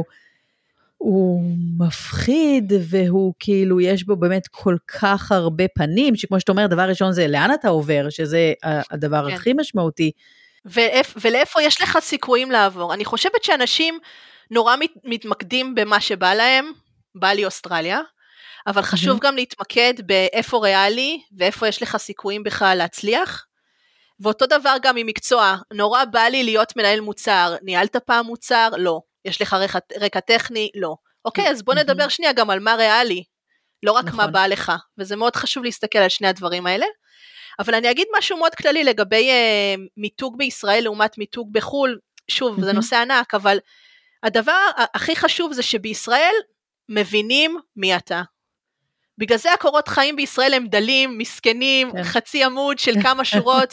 הוא מפחיד, והוא כאילו, יש בו באמת כל כך הרבה פנים, שכמו שאתה אומר, דבר ראשון זה, לאן אתה עובר, שזה הדבר כן. הכי משמעותי. ואיפ, ולאיפה יש לך סיכויים לעבור? אני חושבת שאנשים נורא מת, מתמקדים במה שבא להם, בא לי אוסטרליה, אבל חשוב mm-hmm. גם להתמקד באיפה ריאלי, ואיפה יש לך סיכויים בכלל להצליח, ואותו דבר גם עם מקצוע, נורא בא לי להיות מנהל מוצר, ניהלת פעם מוצר? לא. יש לך רקע, רקע טכני? לא. אוקיי, אז בוא נדבר mm-hmm. שנייה גם על מה ריאלי, לא רק נכון. מה בא לך, וזה מאוד חשוב להסתכל על שני הדברים האלה, אבל אני אגיד משהו מאוד כללי לגבי uh, מיתוג בישראל לעומת מיתוג בחול, שוב, mm-hmm. זה נושא ענק, אבל הדבר הכי חשוב זה שבישראל מבינים מי אתה. בגלל זה הקורות חיים בישראל הם דלים, מסכנים, כן. חצי עמוד של כמה שורות,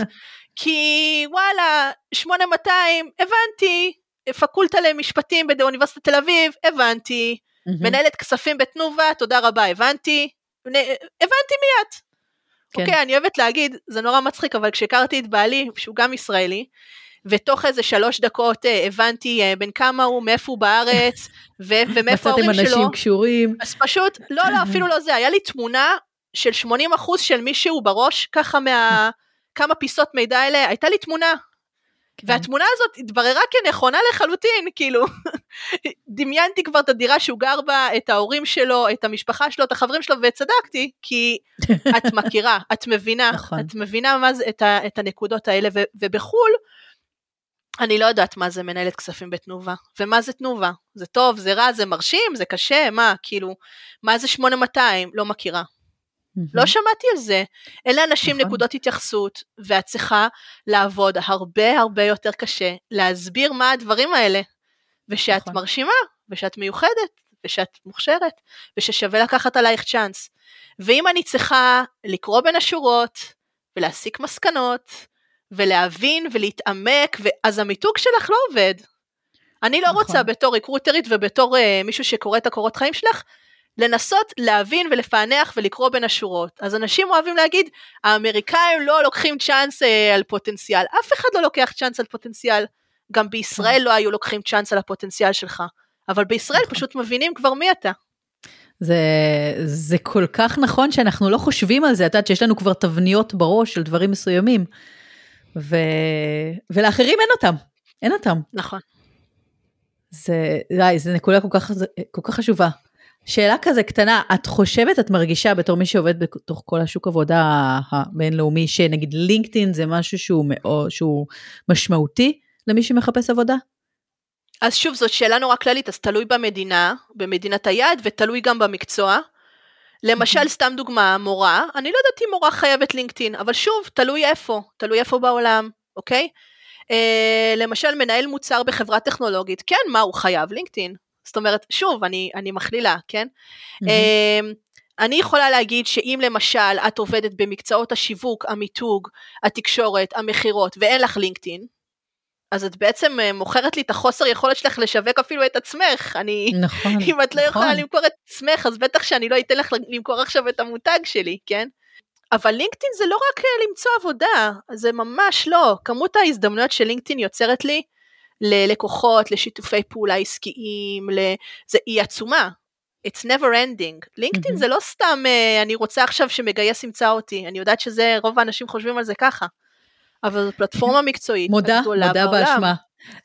כי וואלה, שמונה מאתיים, הבנתי, פקולטה למשפטים באוניברסיטת תל אביב, הבנתי, mm-hmm. מנהלת כספים בתנובה, תודה רבה, הבנתי, הבנתי מי את. כן. אוקיי, אני אוהבת להגיד, זה נורא מצחיק, אבל כשהכרתי את בעלי, שהוא גם ישראלי, ותוך איזה שלוש דקות הבנתי בין כמה הוא, מאיפה הוא בארץ, ו- ומאיפה ההורים שלו. מצאתם אנשים קשורים. אז פשוט, לא, לא, אפילו לא זה, היה לי תמונה של שמונים אחוז של מישהו בראש, ככה מה, כמה פיסות מידע האלה, הייתה לי תמונה, כן. והתמונה הזאת התבררה כנכונה לחלוטין, כאילו, דמיינתי כבר את הדירה שהוא גר בה, את ההורים שלו, את המשפחה שלו, את החברים שלו, וצדקתי, כי את מכירה, את מבינה, נכון. את מבינה מה זה, את, ה, את הנקודות האלה, ו, ובחול, אני לא יודעת מה זה מנהלת כספים בתנובה, ומה זה תנובה, זה טוב, זה רע, זה מרשים, זה קשה, מה, כאילו, מה זה שמונה מאתיים, לא מכירה, לא שמעתי על זה, אלה אנשים נקודות התייחסות, ואת צריכה לעבוד הרבה הרבה יותר קשה, להסביר מה הדברים האלה, ושאת מרשימה, ושאת מיוחדת, ושאת מוכשרת, וששווה לקחת עלייך צ'אנס, ואם אני צריכה לקרוא בין השורות, ולהסיק מסקנות, ולהבין ולהתעמק, אז המיתוג שלך לא עובד, אני לא רוצה בתור ריקרוטרית, ובתור מישהו שקורא את הקורות חיים שלך, לנסות להבין ולפענח ולקרוא בין השורות. אז אנשים אוהבים להגיד, האמריקאים לא לוקחים צ'אנס על פוטנציאל, אף אחד לא לוקח צ'אנס על פוטנציאל, גם בישראל לא היו לוקחים צ'אנס על הפוטנציאל שלך, אבל בישראל פשוט מבינים כבר מי אתה. זה, זה כל כך נכון שאנחנו לא חושבים על זה, את יודעת שיש לנו כבר תבניות בראש של דברים מסוימים, ו, ולאחרים אין אותם, אין אותם. נכון. זה, די, זה נקודה כל כך, כל כך חשובה. שאלה כזה קטנה, את חושבת, את מרגישה בתור מי שעובד בתוך כל השוק עבודה הבינלאומי, שנגיד לינקדאין זה משהו שהוא, מאוד, שהוא משמעותי למי שמחפש עבודה? אז שוב, זאת שאלה נורא כללית, אז תלוי במדינה, במדינת היעד, ותלוי גם במקצוע. למשל, סתם דוגמה, מורה, אני לא יודעת אם מורה חייבת לינקדאין, אבל שוב, תלוי איפה, תלוי איפה בעולם, אוקיי? אה, למשל, מנהל מוצר בחברה טכנולוגית, כן, מה הוא חייב? לינקדאין. זאת אומרת, שוב, אני, אני מכלילה, כן? אה, אני יכולה להגיד שאם למשל, את עובדת במקצועות השיווק, המיתוג, התקשורת, המחירות, ואין לך לינקדאין, אז את בעצם מוכרת לי את החוסר יכולת שלך לשווק אפילו את עצמך. אני, נכון, אם את לא נכון. יכולה למכור את עצמך, אז בטח שאני לא אתן לך למכור עכשיו את המותג שלי, כן? אבל לינקדאין זה לא רק למצוא עבודה, זה ממש לא. כמות ההזדמנויות שלינקדאין יוצרת לי, ללקוחות, לשיתופי פעולה עסקיים, זה היא עצומה. It's never ending. לינקדאין זה לא סתם, אני רוצה עכשיו שמגייס ימצא אותי. אני יודעת שזה, רוב האנשים חושבים על זה ככה. אבל זו פלטפורמה מקצועית מודה, גדולה מודה בעולם. באשמה.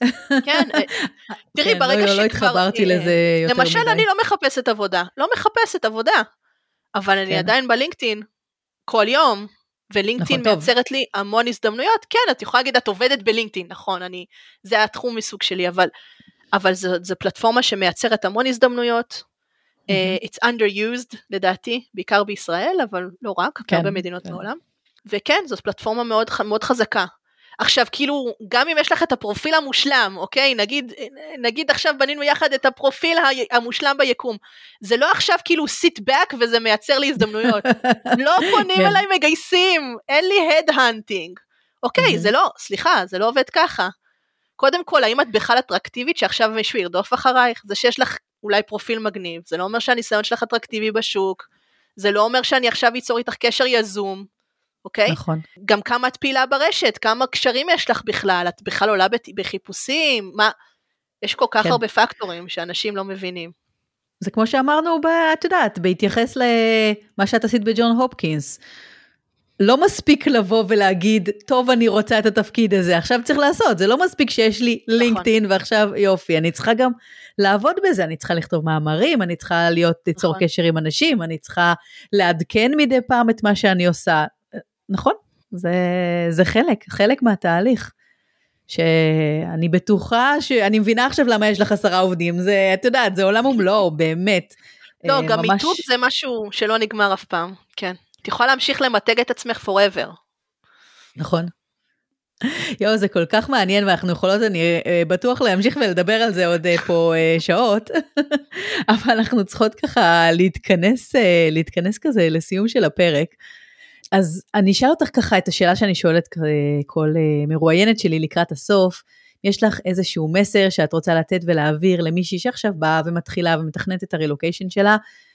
כן, תראי, כן, ברגע לא, שכבר... לא התחברתי לזה יותר מדי. למשל, אני לא מחפשת עבודה, לא מחפשת עבודה, אבל אני כן. עדיין בלינקדאין כל יום, ולינקדאין נכון, מייצרת טוב. לי המון הזדמנויות, כן, את יכולה להגיד, את עובדת בלינקדאין, נכון, אני, זה התחום מסוג שלי, אבל, אבל זו, זו פלטפורמה שמייצרת המון הזדמנויות, mm-hmm. uh, it's underused, לדעתי, בעיקר בישראל, אבל לא רק, כן, בהרבה מדינות כן. בעולם, וכן, זו פלטפורמה מאוד, מאוד חזקה. עכשיו, כאילו, גם אם יש לך את הפרופיל המושלם, אוקיי? נגיד, נגיד עכשיו בנינו יחד את הפרופיל המושלם ביקום. זה לא עכשיו כאילו sit back וזה מייצר לי הזדמנויות. לא פונים אליי מגייסים, אין לי head hunting. אוקיי, זה לא, סליחה, זה לא עובד ככה. קודם כל, האם את בכלל אטרקטיבית שעכשיו מישהו ירדוף אחרייך? זה שיש לך אולי פרופיל מגניב. זה לא אומר שהניסיון שלך אטרקטיבי בשוק. זה לא אומר שאני עכשיו ייצור איתך קשר יזום. אוקיי? נכון. גם כמה את פעילה ברשת, כמה קשרים יש לך בכלל, את בכלל עולה בחיפושים, מה? יש כל כך כן. הרבה פקטורים שאנשים לא מבינים. זה כמו שאמרנו, את יודעת, בהתייחס למה שאת עשית בג'ון הופקינס, לא מספיק לבוא ולהגיד, טוב, אני רוצה את התפקיד הזה, עכשיו צריך לעשות, זה לא מספיק שיש לי נכון. לינקדאין, ועכשיו יופי, אני צריכה גם לעבוד בזה, אני צריכה לכתוב מאמרים, אני צריכה להיות, ליצור נכון. קשר עם אנשים, אני צריכה לעדכן מדי פעם את מה שאני עושה, נכון, זה, זה חלק, חלק מהתהליך, שאני בטוחה, שאני מבינה עכשיו למה יש לך עשרה עובדים, זה, את יודעת, זה עולם ומלואו, באמת. לא, גם ממש... מיתוג זה משהו שלא נגמר אף פעם, כן. את יכולה להמשיך למתג את עצמך forever. נכון. יו, זה כל כך מעניין, ואנחנו יכולות, אני בטוח להמשיך ולדבר על זה עוד פה שעות, אבל אנחנו צריכות ככה להתכנס, להתכנס כזה לסיום של הפרק, אז אני אשאל אותך ככה את השאלה שאני שואלת כל מרואיינת שלי לקראת הסוף, יש לך איזשהו מסר שאת רוצה לתת ולהעביר למישהי שעכשיו באה ומתחילה ומתכנת את הרילוקיישן שלה,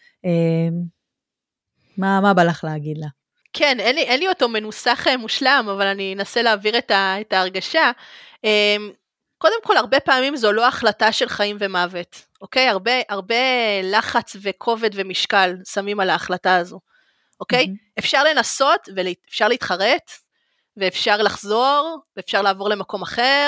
מה, מה בא לך להגיד לה? כן, אין לי, אין לי אותו מנוסח מושלם, אבל אני אנסה להעביר את, ה, את ההרגשה. קודם כל, הרבה פעמים זו לא החלטה של חיים ומוות, אוקיי? הרבה, הרבה לחץ וכובד ומשקל שמים על ההחלטה הזו. אוקיי? Mm-hmm. אפשר לנסות, ואפשר להתחרט, ואפשר לחזור, ואפשר לעבור למקום אחר,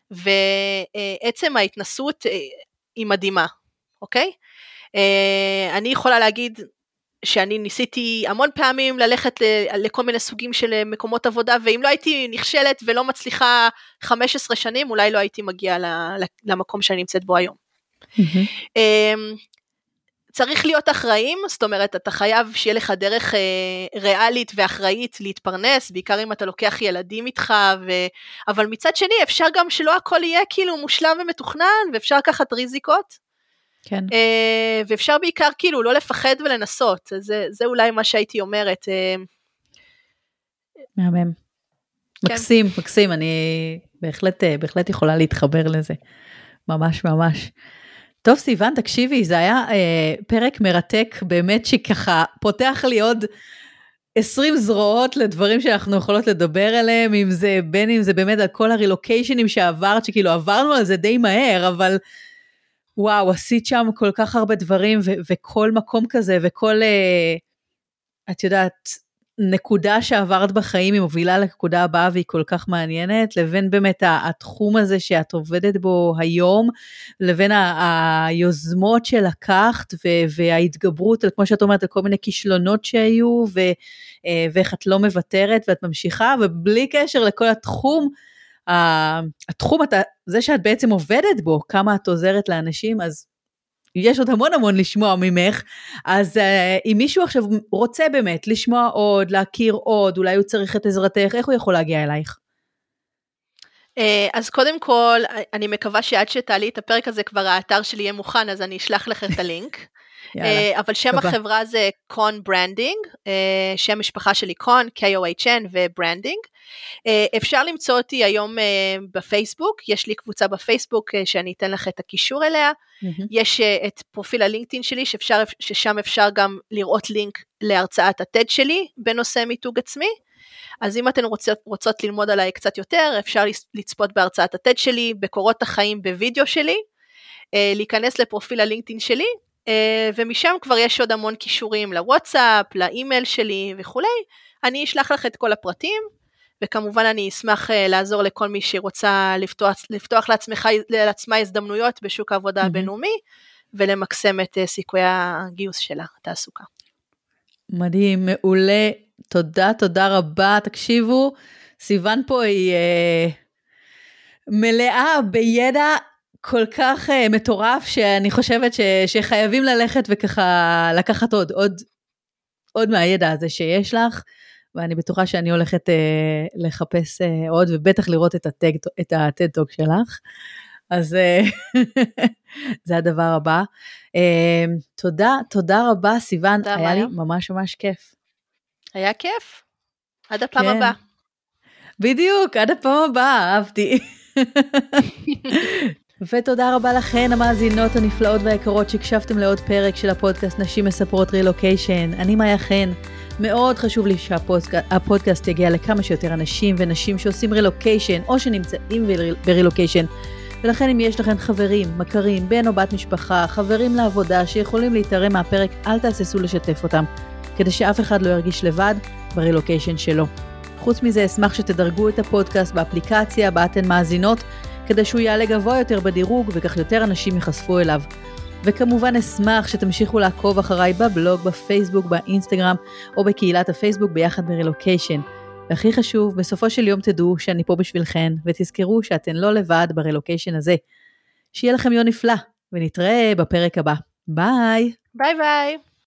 ועצם ההתנסות היא מדהימה, אוקיי? אני יכולה להגיד שאני ניסיתי המון פעמים ללכת לכל מיני סוגים של מקומות עבודה, ואם לא הייתי נכשלת ולא מצליחה חמש עשרה שנים, אולי לא הייתי מגיעה למקום שאני נמצאת בו היום. Mm-hmm. צריך להיות אחראים, זאת אומרת, אתה חייב שיהיה לך דרך אה, ריאלית ואחראית להתפרנס, בעיקר אם אתה לוקח ילדים איתך, ו... אבל מצד שני, אפשר גם שלא הכל יהיה כאילו מושלם ומתוכנן, ואפשר לקחת ריזיקות, כן. אה, ואפשר בעיקר כאילו לא לפחד ולנסות, זה, זה אולי מה שהייתי אומרת. אה... מהמם. כן. מקסים, מקסים, אני בהחלט, בהחלט יכולה להתחבר לזה, ממש ממש. טוב סיוון, תקשיבי, זה היה אה, פרק מרתק, באמת שככה פותח לי עוד עשרים זרועות לדברים שאנחנו יכולות לדבר עליהם, אם זה, בין אם זה באמת על כל הרילוקיישנים שעברת, שכאילו עברנו על זה די מהר, אבל וואו, עשית שם כל כך הרבה דברים, ו- וכל מקום כזה, וכל, אה, את יודעת, נקודה שעברת בחיים היא מובילה לנקודה הבאה והיא כל כך מעניינת, לבין באמת התחום הזה שאת עובדת בו היום, לבין היוזמות שלקחת וההתגברות, כמו שאת אומרת, על כל מיני כישלונות שהיו, ואיך את לא מוותרת ואת ממשיכה, ובלי קשר לכל התחום, התחום, זה שאת בעצם עובדת בו, כמה את עוזרת לאנשים, אז יש עוד המון המון לשמוע ממך, אז uh, אם מישהו עכשיו רוצה באמת לשמוע עוד, להכיר עוד, אולי הוא צריך את עזרתך, איך הוא יכול להגיע אלייך? אז קודם כל, אני מקווה שעד שתעלי את הפרק הזה כבר האתר שלי יהיה מוכן, אז אני אשלח לך את הלינק. יאללה, אבל שם קבע. החברה זה קון ברנדינג, שם משפחה שלי קון, K-O-H-N וברנדינג. אפשר למצוא אותי היום בפייסבוק, יש לי קבוצה בפייסבוק שאני אתן לך את הקישור אליה, mm-hmm. יש את פרופיל הלינקדאין שלי, שאפשר, ששם אפשר גם לראות לינק להרצאת הטד שלי, בנושא מיתוג עצמי, אז אם אתן רוצות, רוצות ללמוד עליי קצת יותר, אפשר לצפות בהרצאת הטד שלי, בקורות החיים בווידאו שלי, להיכנס לפרופיל הלינקדאין שלי, ומשם כבר יש עוד המון קישורים לוואטסאפ, לאימייל שלי וכו'. אני אשלח לך את כל הפרטים, וכמובן אני אשמח לעזור לכל מי שרוצה לפתוח, לפתוח לעצמך, לעצמה הזדמנויות בשוק העבודה הבינלאומי, ולמקסם את סיכויי הגיוס שלה, התעסוקה. מדהים, מעולה, תודה, תודה רבה, תקשיבו, סיוון פה היא אה, מלאה בידע כל כך אה, מטורף, שאני חושבת ש, שחייבים ללכת וככה לקחת עוד, עוד, עוד מהידע הזה שיש לך, ואני בטוחה שאני הולכת אה, לחפש אה, עוד, ובטח לראות את הטג, את הטד-טוק שלך, אז אה, זה הדבר הבא. אה, תודה, תודה רבה, סיוון, היה מה לי היה? ממש ממש כיף. היה כיף, עד הפעם כן. הבאה. בדיוק, עד הפעם הבאה, אהבתי. ותודה רבה לכן, המאזינות הנפלאות והיקרות, שהקשבתם לעוד פרק של הפודקאסט נשים מספרות רילוקיישן. אני מאיה חן. מאוד חשוב לי שהפודקאסט יגיע לכמה שיותר אנשים ונשים שעושים רילוקיישן, או שנמצאים ברילוקיישן. ולכן אם יש לכם חברים, מכרים, בן או בת משפחה, חברים לעבודה שיכולים להתערם מהפרק, אל תעששו לשתף אותם, כדי שאף אחד לא ירגיש לבד ברילוקיישן שלו. חוץ מזה, אשמח שתדרגו את הפודקאסט באפליקציה, בה אתן מאזינות, כדי שהוא יעלה גבוה יותר בדירוג, וכך יותר אנשים ייחשפו אליו. וכמובן אשמח שתמשיכו לעקוב אחריי בבלוג, בפייסבוק, באינסטגרם, או בקהילת הפייסבוק ביחד ברילוקיישן. והכי חשוב, בסופו של יום תדעו שאני פה בשבילכן, ותזכרו שאתן לא לבד ברילוקיישן הזה. שיהיה לכם יום נפלא, ונתראה בפרק הבא. ביי! ביי ביי!